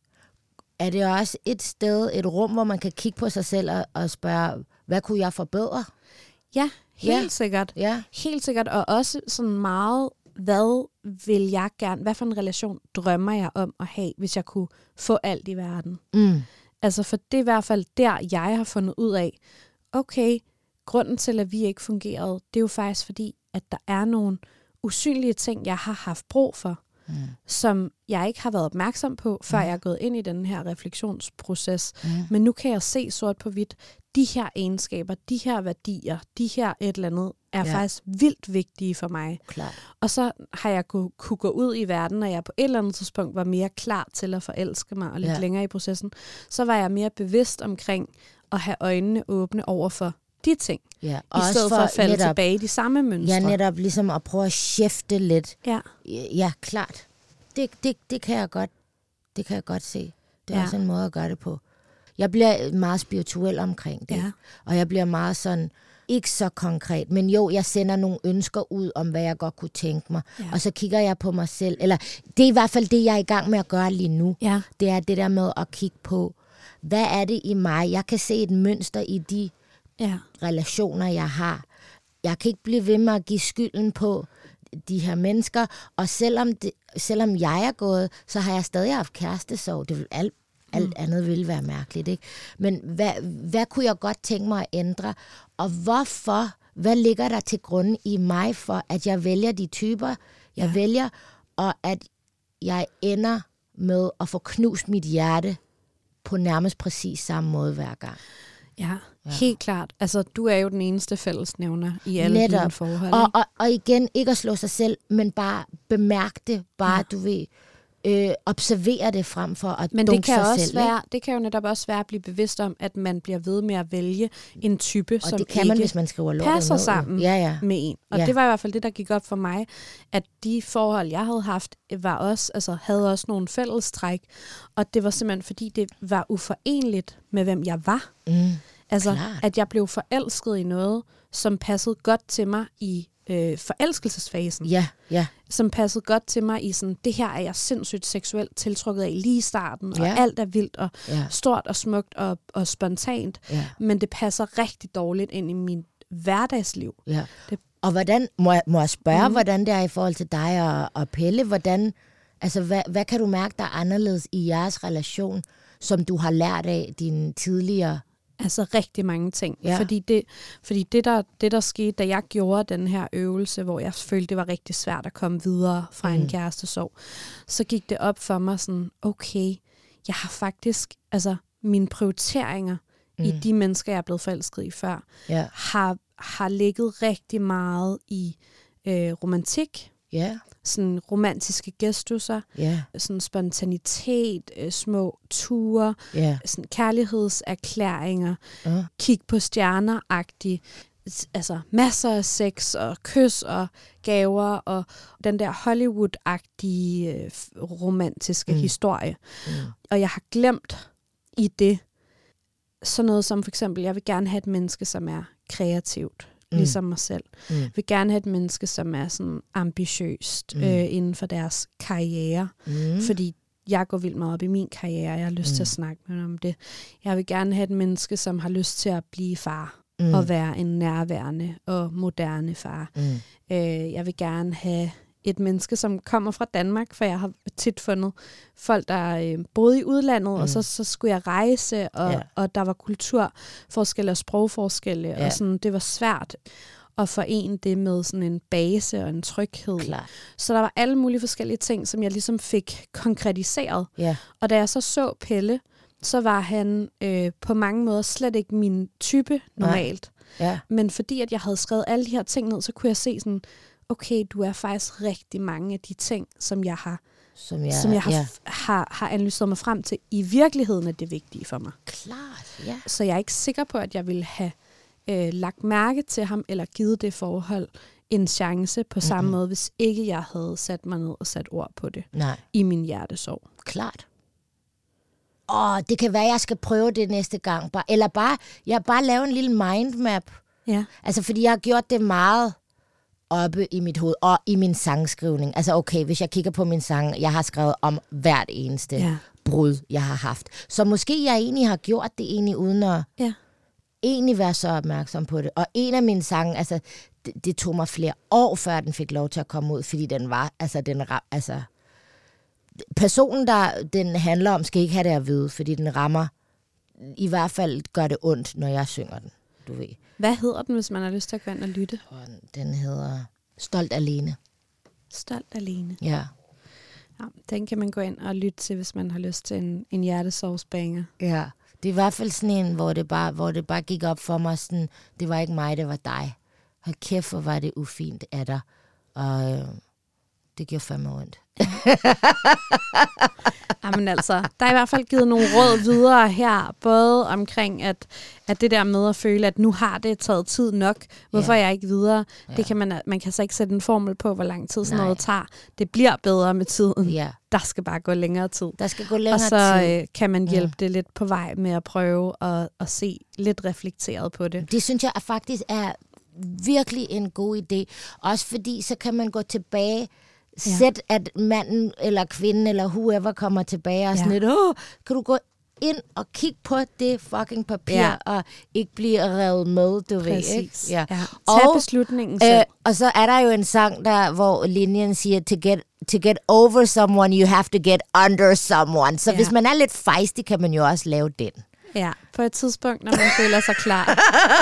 er det også et sted, et rum, hvor man kan kigge på sig selv og spørge, hvad kunne jeg forbedre? Ja, helt sikkert. Helt sikkert, og også sådan meget, hvad vil jeg gerne, hvad for en relation drømmer jeg om at have, hvis jeg kunne få alt i verden? Altså, for det er i hvert fald der, jeg har fundet ud af, okay, grunden til, at vi ikke fungerede, det er jo faktisk fordi, at der er nogle usynlige ting, jeg har haft brug for, som jeg ikke har været opmærksom på, før jeg er gået ind i den her refleksionsproces. Men nu kan jeg se sort på hvidt, de her egenskaber, de her værdier, de her et eller andet, er faktisk vildt vigtige for mig. Klart. Og så har jeg kunne gå ud i verden, og jeg på et eller andet tidspunkt var mere klar til at forelske mig, og lidt længere i processen, så var jeg mere bevidst omkring at have øjnene åbne over for de ting, i stedet for at falde tilbage i de samme mønstre. Ja, netop ligesom at prøve at skifte lidt. Ja, klart. Det kan jeg godt se. Det er også en måde at gøre det på. Jeg bliver meget spirituel omkring det. Og jeg bliver meget sådan, ikke så konkret, men jo, jeg sender nogle ønsker ud om, hvad jeg godt kunne tænke mig. Og så kigger jeg på mig selv. Eller det er i hvert fald det, jeg er i gang med at gøre lige nu. Det er det der med at kigge på, hvad er det i mig? Jeg kan se et mønster i de relationer, jeg har. Jeg kan ikke blive ved med at give skylden på de her mennesker, og selvom jeg er gået, så har jeg stadig haft kærestesorg. Det vil alt andet ville være mærkeligt, ikke? Men hvad kunne jeg godt tænke mig at ændre? Og hvorfor? Hvad ligger der til grund i mig for, at jeg vælger de typer, jeg vælger, og at jeg ender med at få knust mit hjerte på nærmest præcis samme måde hver gang? Ja, helt klart. Altså, du er jo den eneste fællesnævner i alle dine forhold. Og igen, ikke at slå sig selv, men bare bemærke det, bare du ved, observere det frem for at dunke sig selv. Men det kan jo netop også være at blive bevidst om, at man bliver ved med at vælge en type, og som det kan ikke man, hvis man skriver passer sammen med en. Og det var i hvert fald det, der gik op for mig, at de forhold, jeg havde haft, havde også nogle fællestræk, og det var simpelthen, fordi det var uforenligt med, hvem jeg var. At jeg blev forelsket i noget, som passede godt til mig i forelskelsesfasen. Ja. Som passede godt til mig i sådan, det her er jeg sindssygt seksuelt tiltrukket af lige i starten, og alt er vildt og stort og smukt og spontant, men det passer rigtig dårligt ind i min hverdagsliv. Ja. Og hvordan, må jeg spørge, hvordan det er i forhold til dig og Pelle? Hvordan, altså, hvad kan du mærke, der er anderledes i jeres relation, som du har lært af dine tidligere? Altså rigtig mange ting. Ja. Fordi det, der skete, da jeg gjorde den her øvelse, hvor jeg følte, det var rigtig svært at komme videre fra en kærestesorg, så gik det op for mig sådan, okay, jeg har faktisk, altså mine prioriteringer i de mennesker, jeg er blevet forelsket i før, har ligget rigtig meget i romantik, sådan romantiske gestusser, sådan spontanitet, små ture, sådan kærlighedserklæringer, kig på stjerner-agtigt, altså masser af sex og kys og gaver og den der Hollywood-agtige romantiske historie. Og jeg har glemt i det sådan noget som for eksempel, jeg vil gerne have et menneske, som er kreativt, ligesom mig selv. Vil gerne have et menneske, som er sådan ambitiøst inden for deres karriere, fordi jeg går vildt meget op i min karriere, jeg har lyst til at snakke med om det. Jeg vil gerne have et menneske, som har lyst til at blive far, og være en nærværende og moderne far. Jeg vil gerne have et menneske, som kommer fra Danmark, for jeg har tit fundet folk, der boede i udlandet, og så skulle jeg rejse, og der var kulturforskelle og sprogforskelle, og sådan, det var svært at forene det med sådan en base og en tryghed. Klar. Så der var alle mulige forskellige ting, som jeg ligesom fik konkretiseret. Og da jeg så Pelle, så var han på mange måder slet ikke min type normalt. Men fordi at jeg havde skrevet alle de her ting ned, så kunne jeg se sådan, okay, du er faktisk rigtig mange af de ting, som jeg har analyseret mig frem til. I virkeligheden er det vigtige for mig. Klart, ja. Så jeg er ikke sikker på, at jeg ville have lagt mærke til ham, eller givet det forhold en chance på samme måde, hvis ikke jeg havde sat mig ned og sat ord på det i min hjertesorg. Klart. Det kan være, jeg skal prøve det næste gang. Eller bare lave en lille mindmap. Ja. Altså, fordi jeg har gjort det meget oppe i mit hoved, og i min sangskrivning. Altså okay, hvis jeg kigger på min sang, jeg har skrevet om hvert eneste brud, jeg har haft. Så måske jeg egentlig har gjort det egentlig, uden at egentlig være så opmærksom på det. Og en af mine sange, altså, det tog mig flere år, før den fik lov til at komme ud, fordi den var, personen, der den handler om, skal ikke have det at vide, fordi den rammer, i hvert fald gør det ondt, når jeg synger den, du ved. Hvad hedder den, hvis man har lyst til at gå ind og lytte? Den hedder Stolt Alene. Stolt Alene. Ja. Den kan man gå ind og lytte til, hvis man har lyst til en hjertesorgsbanger. Ja, det er i hvert fald sådan en, hvor det bare gik op for mig, sådan, det var ikke mig, det var dig. Hold kæft, hvor var det ufint af dig. Og det gjorde fandme ondt. Jamen altså, der er i hvert fald givet nogle råd videre her, både omkring, at det der med at føle, at nu har det taget tid nok, hvorfor jeg ikke videre, det kan man kan så ikke sætte en formel på, hvor lang tid sådan noget tager. Det bliver bedre med tiden. Ja. Der skal bare gå længere tid. Der skal gå længere tid. Og så kan man hjælpe det lidt på vej med at prøve at se lidt reflekteret på det. Det synes jeg faktisk er virkelig en god idé. Også fordi, så kan man gå tilbage. Sæt, at manden eller kvinden eller whoever kommer tilbage og sådan lidt, kan du gå ind og kig på det fucking papir, og ikke blive revet med, du ved, ikke? Ja. Tag beslutningen selv. Og så er der jo en sang, der, hvor linjen siger, to get over someone, you have to get under someone. Så hvis man er lidt fejstig, kan man jo også lave den. Ja, på et tidspunkt, når man føler sig klar.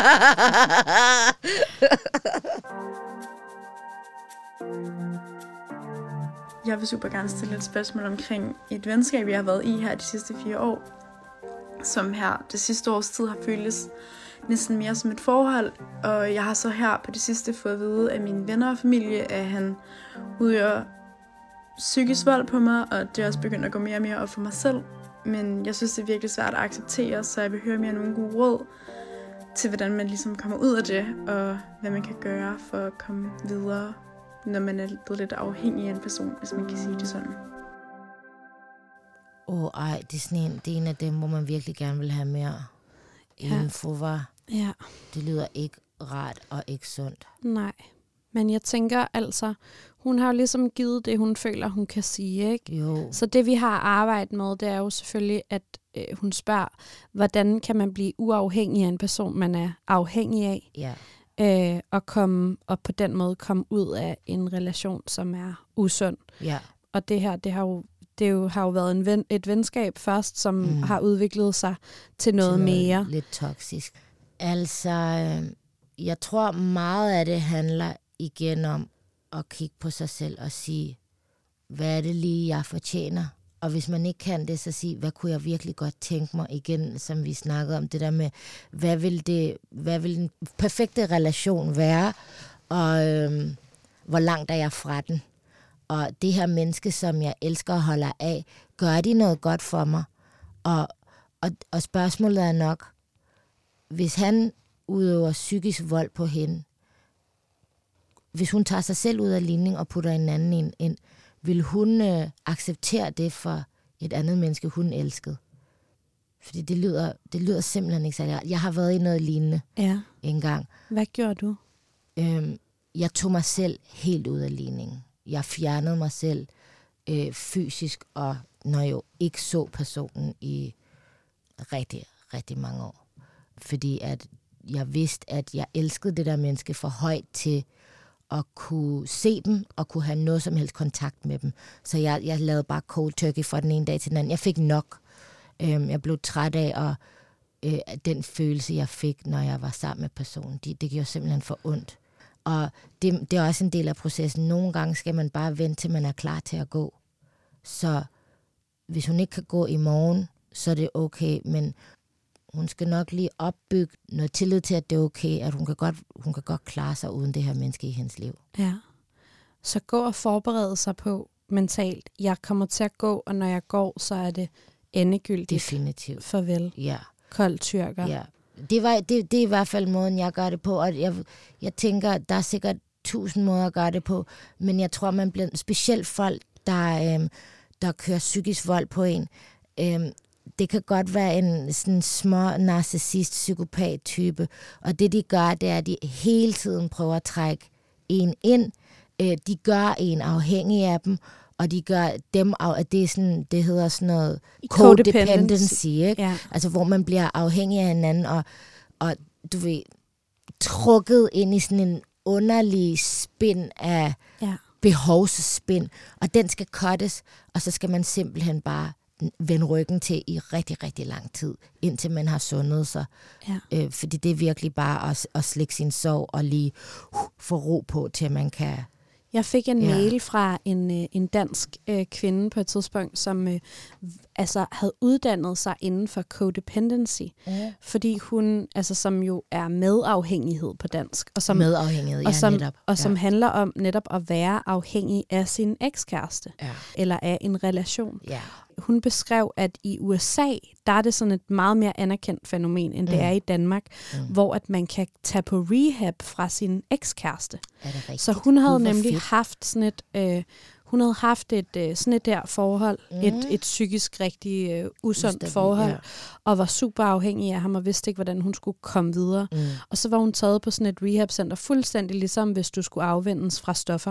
Jeg vil super gerne stille et spørgsmål omkring et venskab, jeg har været i her de sidste 4 år, som her det sidste års tid har føltes næsten mere som et forhold, og jeg har så her på det sidste fået at vide af mine venner og familie, at han udøver psykisk vold på mig, og det er også begyndt at gå mere og mere op for mig selv. Men jeg synes, det er virkelig svært at acceptere, så jeg vil høre mere nogle gode råd til, hvordan man ligesom kommer ud af det, og hvad man kan gøre for at komme videre, når man er blevet lidt afhængig af en person, hvis man kan sige det sådan. Det er sådan det er en af dem, hvor man virkelig gerne vil have mere info, var. Ja. Det lyder ikke rart og ikke sundt. Nej, men jeg tænker altså, hun har jo ligesom givet det, hun føler, hun kan sige, ikke? Jo. Så det, vi har arbejdet med, det er jo selvfølgelig, at hun spørger, hvordan kan man blive uafhængig af en person, man er afhængig af? Ja. Og på den måde komme ud af en relation, som er usund. Ja. Og det her, det har jo været et venskab først, som har udviklet sig til noget mere. Lidt toksisk. Altså, jeg tror meget af det handler igen om at kigge på sig selv og sige, hvad er det lige, jeg fortjener? Og hvis man ikke kan det, så sige, hvad kunne jeg virkelig godt tænke mig igen, som vi snakkede om, det der med, hvad vil den perfekte relation være, og hvor langt er jeg fra den? Og det her menneske, som jeg elsker og holder af, gør de noget godt for mig? Og spørgsmålet er nok, hvis han udøver psykisk vold på hende, hvis hun tager sig selv ud af ligning og putter en anden ind, vil hun acceptere det for et andet menneske, hun elskede? Fordi det lyder simpelthen ikke særlig rart. Jeg har været i noget lignende engang. Hvad gjorde du? Jeg tog mig selv helt ud af ligningen. Jeg fjernede mig selv fysisk, og når jeg jo ikke så personen i rigtig, rigtig mange år. Fordi at jeg vidste, at jeg elskede det der menneske for højt til at kunne se dem og kunne have noget som helst kontakt med dem. Så jeg lavede bare cold turkey fra den ene dag til den anden. Jeg fik nok. Jeg blev træt af den følelse, jeg fik, når jeg var sammen med personen. Det gjorde simpelthen for ondt. Og det er også en del af processen. Nogle gange skal man bare vente, til man er klar til at gå. Så hvis hun ikke kan gå i morgen, så er det okay, men hun skal nok lige opbygge noget tillid til, at det er okay, at hun kan godt klare sig uden det her menneske i hendes liv. Ja. Så gå og forberede sig på mentalt. Jeg kommer til at gå, og når jeg går, så er det endegyldigt. Definitivt. Farvel. Ja. Kold tyrker. Ja. Det er i hvert fald måden, jeg gør det på, og jeg tænker, der er sikkert 1000 måder at gøre det på, men jeg tror, man bliver specielt folk, der kører psykisk vold på en. Det kan godt være en sådan små narcissist, psykopat-type, og det de gør, det er, at de hele tiden prøver at trække en ind. De gør en afhængig af dem, og de gør dem af, det hedder sådan noget codependency, ikke? Ja. Altså hvor man bliver afhængig af hinanden, og du ved, trukket ind i sådan en underlig spind af behovsspind, og den skal cuttes, og så skal man simpelthen bare vende ryggen til i rigtig, rigtig lang tid, indtil man har sundet sig. Ja. Fordi det er virkelig bare at slikke sin sorg og lige få ro på, til man kan... Jeg fik en mail fra en dansk kvinde på et tidspunkt, som havde uddannet sig inden for codependency, fordi hun, som jo er medafhængighed på dansk, og som medafhængighed, netop. Og som handler om netop at være afhængig af sin ekskæreste, eller af en relation. Ja. Hun beskrev, at i USA, der er det sådan et meget mere anerkendt fænomen, end det er i Danmark, hvor at man kan tage på rehab fra sin ekskæreste. Så hun havde nemlig haft sådan et Hun havde haft sådan et der forhold, et psykisk rigtig usundt forhold, og var super afhængig af ham, og vidste ikke, hvordan hun skulle komme videre. Og så var hun taget på sådan et rehabcenter, fuldstændig ligesom hvis du skulle afvendes fra stoffer.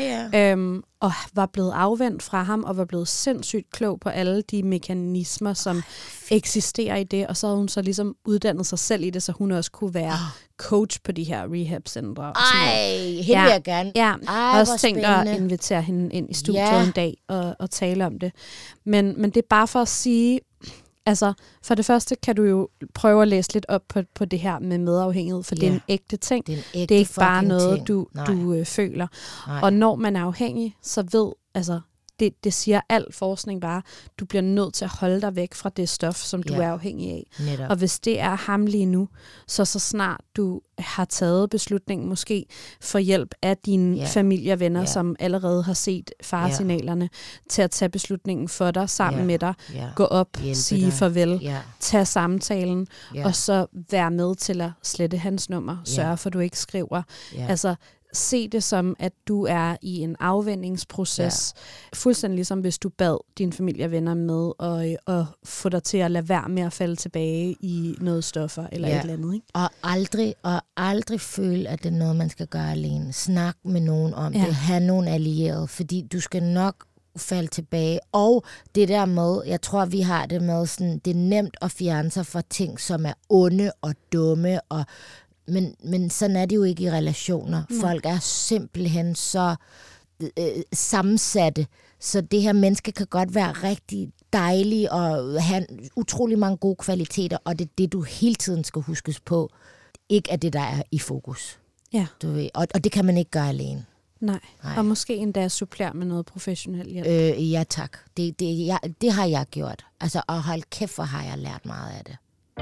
Og var blevet afvendt fra ham, og var blevet sindssygt klog på alle de mekanismer, som eksisterer i det. Og så havde hun så ligesom uddannet sig selv i det, så hun også kunne være coach på de her rehabcentre. Ej, hende vil jeg gerne. Ja, jeg har også tænkt at invitere hende ind i studiet en dag og tale om det. Men det er bare for at sige, altså for det første kan du jo prøve at læse lidt op på det her med medafhængighed, for det er en ægte ting. Det er ikke bare noget, du føler. Nej. Og når man er afhængig, så ved, altså det siger al forskning bare, du bliver nødt til at holde dig væk fra det stof, som du er afhængig af. Netop. Og hvis det er ham lige nu, så snart du har taget beslutningen, måske for hjælp af dine familie og venner, som allerede har set faresignalerne, til at tage beslutningen for dig, sammen med dig, gå op, sige farvel, tage samtalen, og så være med til at slette hans nummer, sørge for, at du ikke skriver. Altså, se det som, at du er i en afvendingsproces. Fuldstændig ligesom hvis du bad dine familie og venner med og få dig til at lade være med at falde tilbage i noget stoffer eller et eller andet. Ikke? Og aldrig føle, at det er noget, man skal gøre alene. Snak med nogen om det. Ha' nogen allierede, fordi du skal nok falde tilbage. Og det der med, jeg tror, vi har det med, sådan, det er nemt at fjerne sig fra ting, som er onde og dumme og Men sådan er det jo ikke i relationer. Folk er simpelthen så sammensatte, så det her menneske kan godt være rigtig dejlig og have utrolig mange gode kvaliteter, og det er det, du hele tiden skal huskes på. Ikke er det, der er i fokus. Ja. Du ved. Og det kan man ikke gøre alene. Nej. Og måske endda supplere med noget professionel hjælp. Ja, tak. Det har jeg gjort. Altså, og hold kæft, hvor har jeg lært meget af det.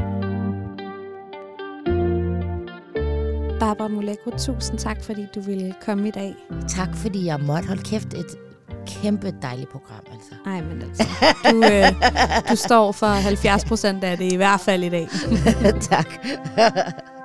Barbara Moleko, tusind tak, fordi du ville komme i dag. Tak, fordi jeg måtte. Hold kæft, et kæmpe dejligt program, altså. Ej, men altså, du står for 70% af det, i hvert fald i dag. Tak.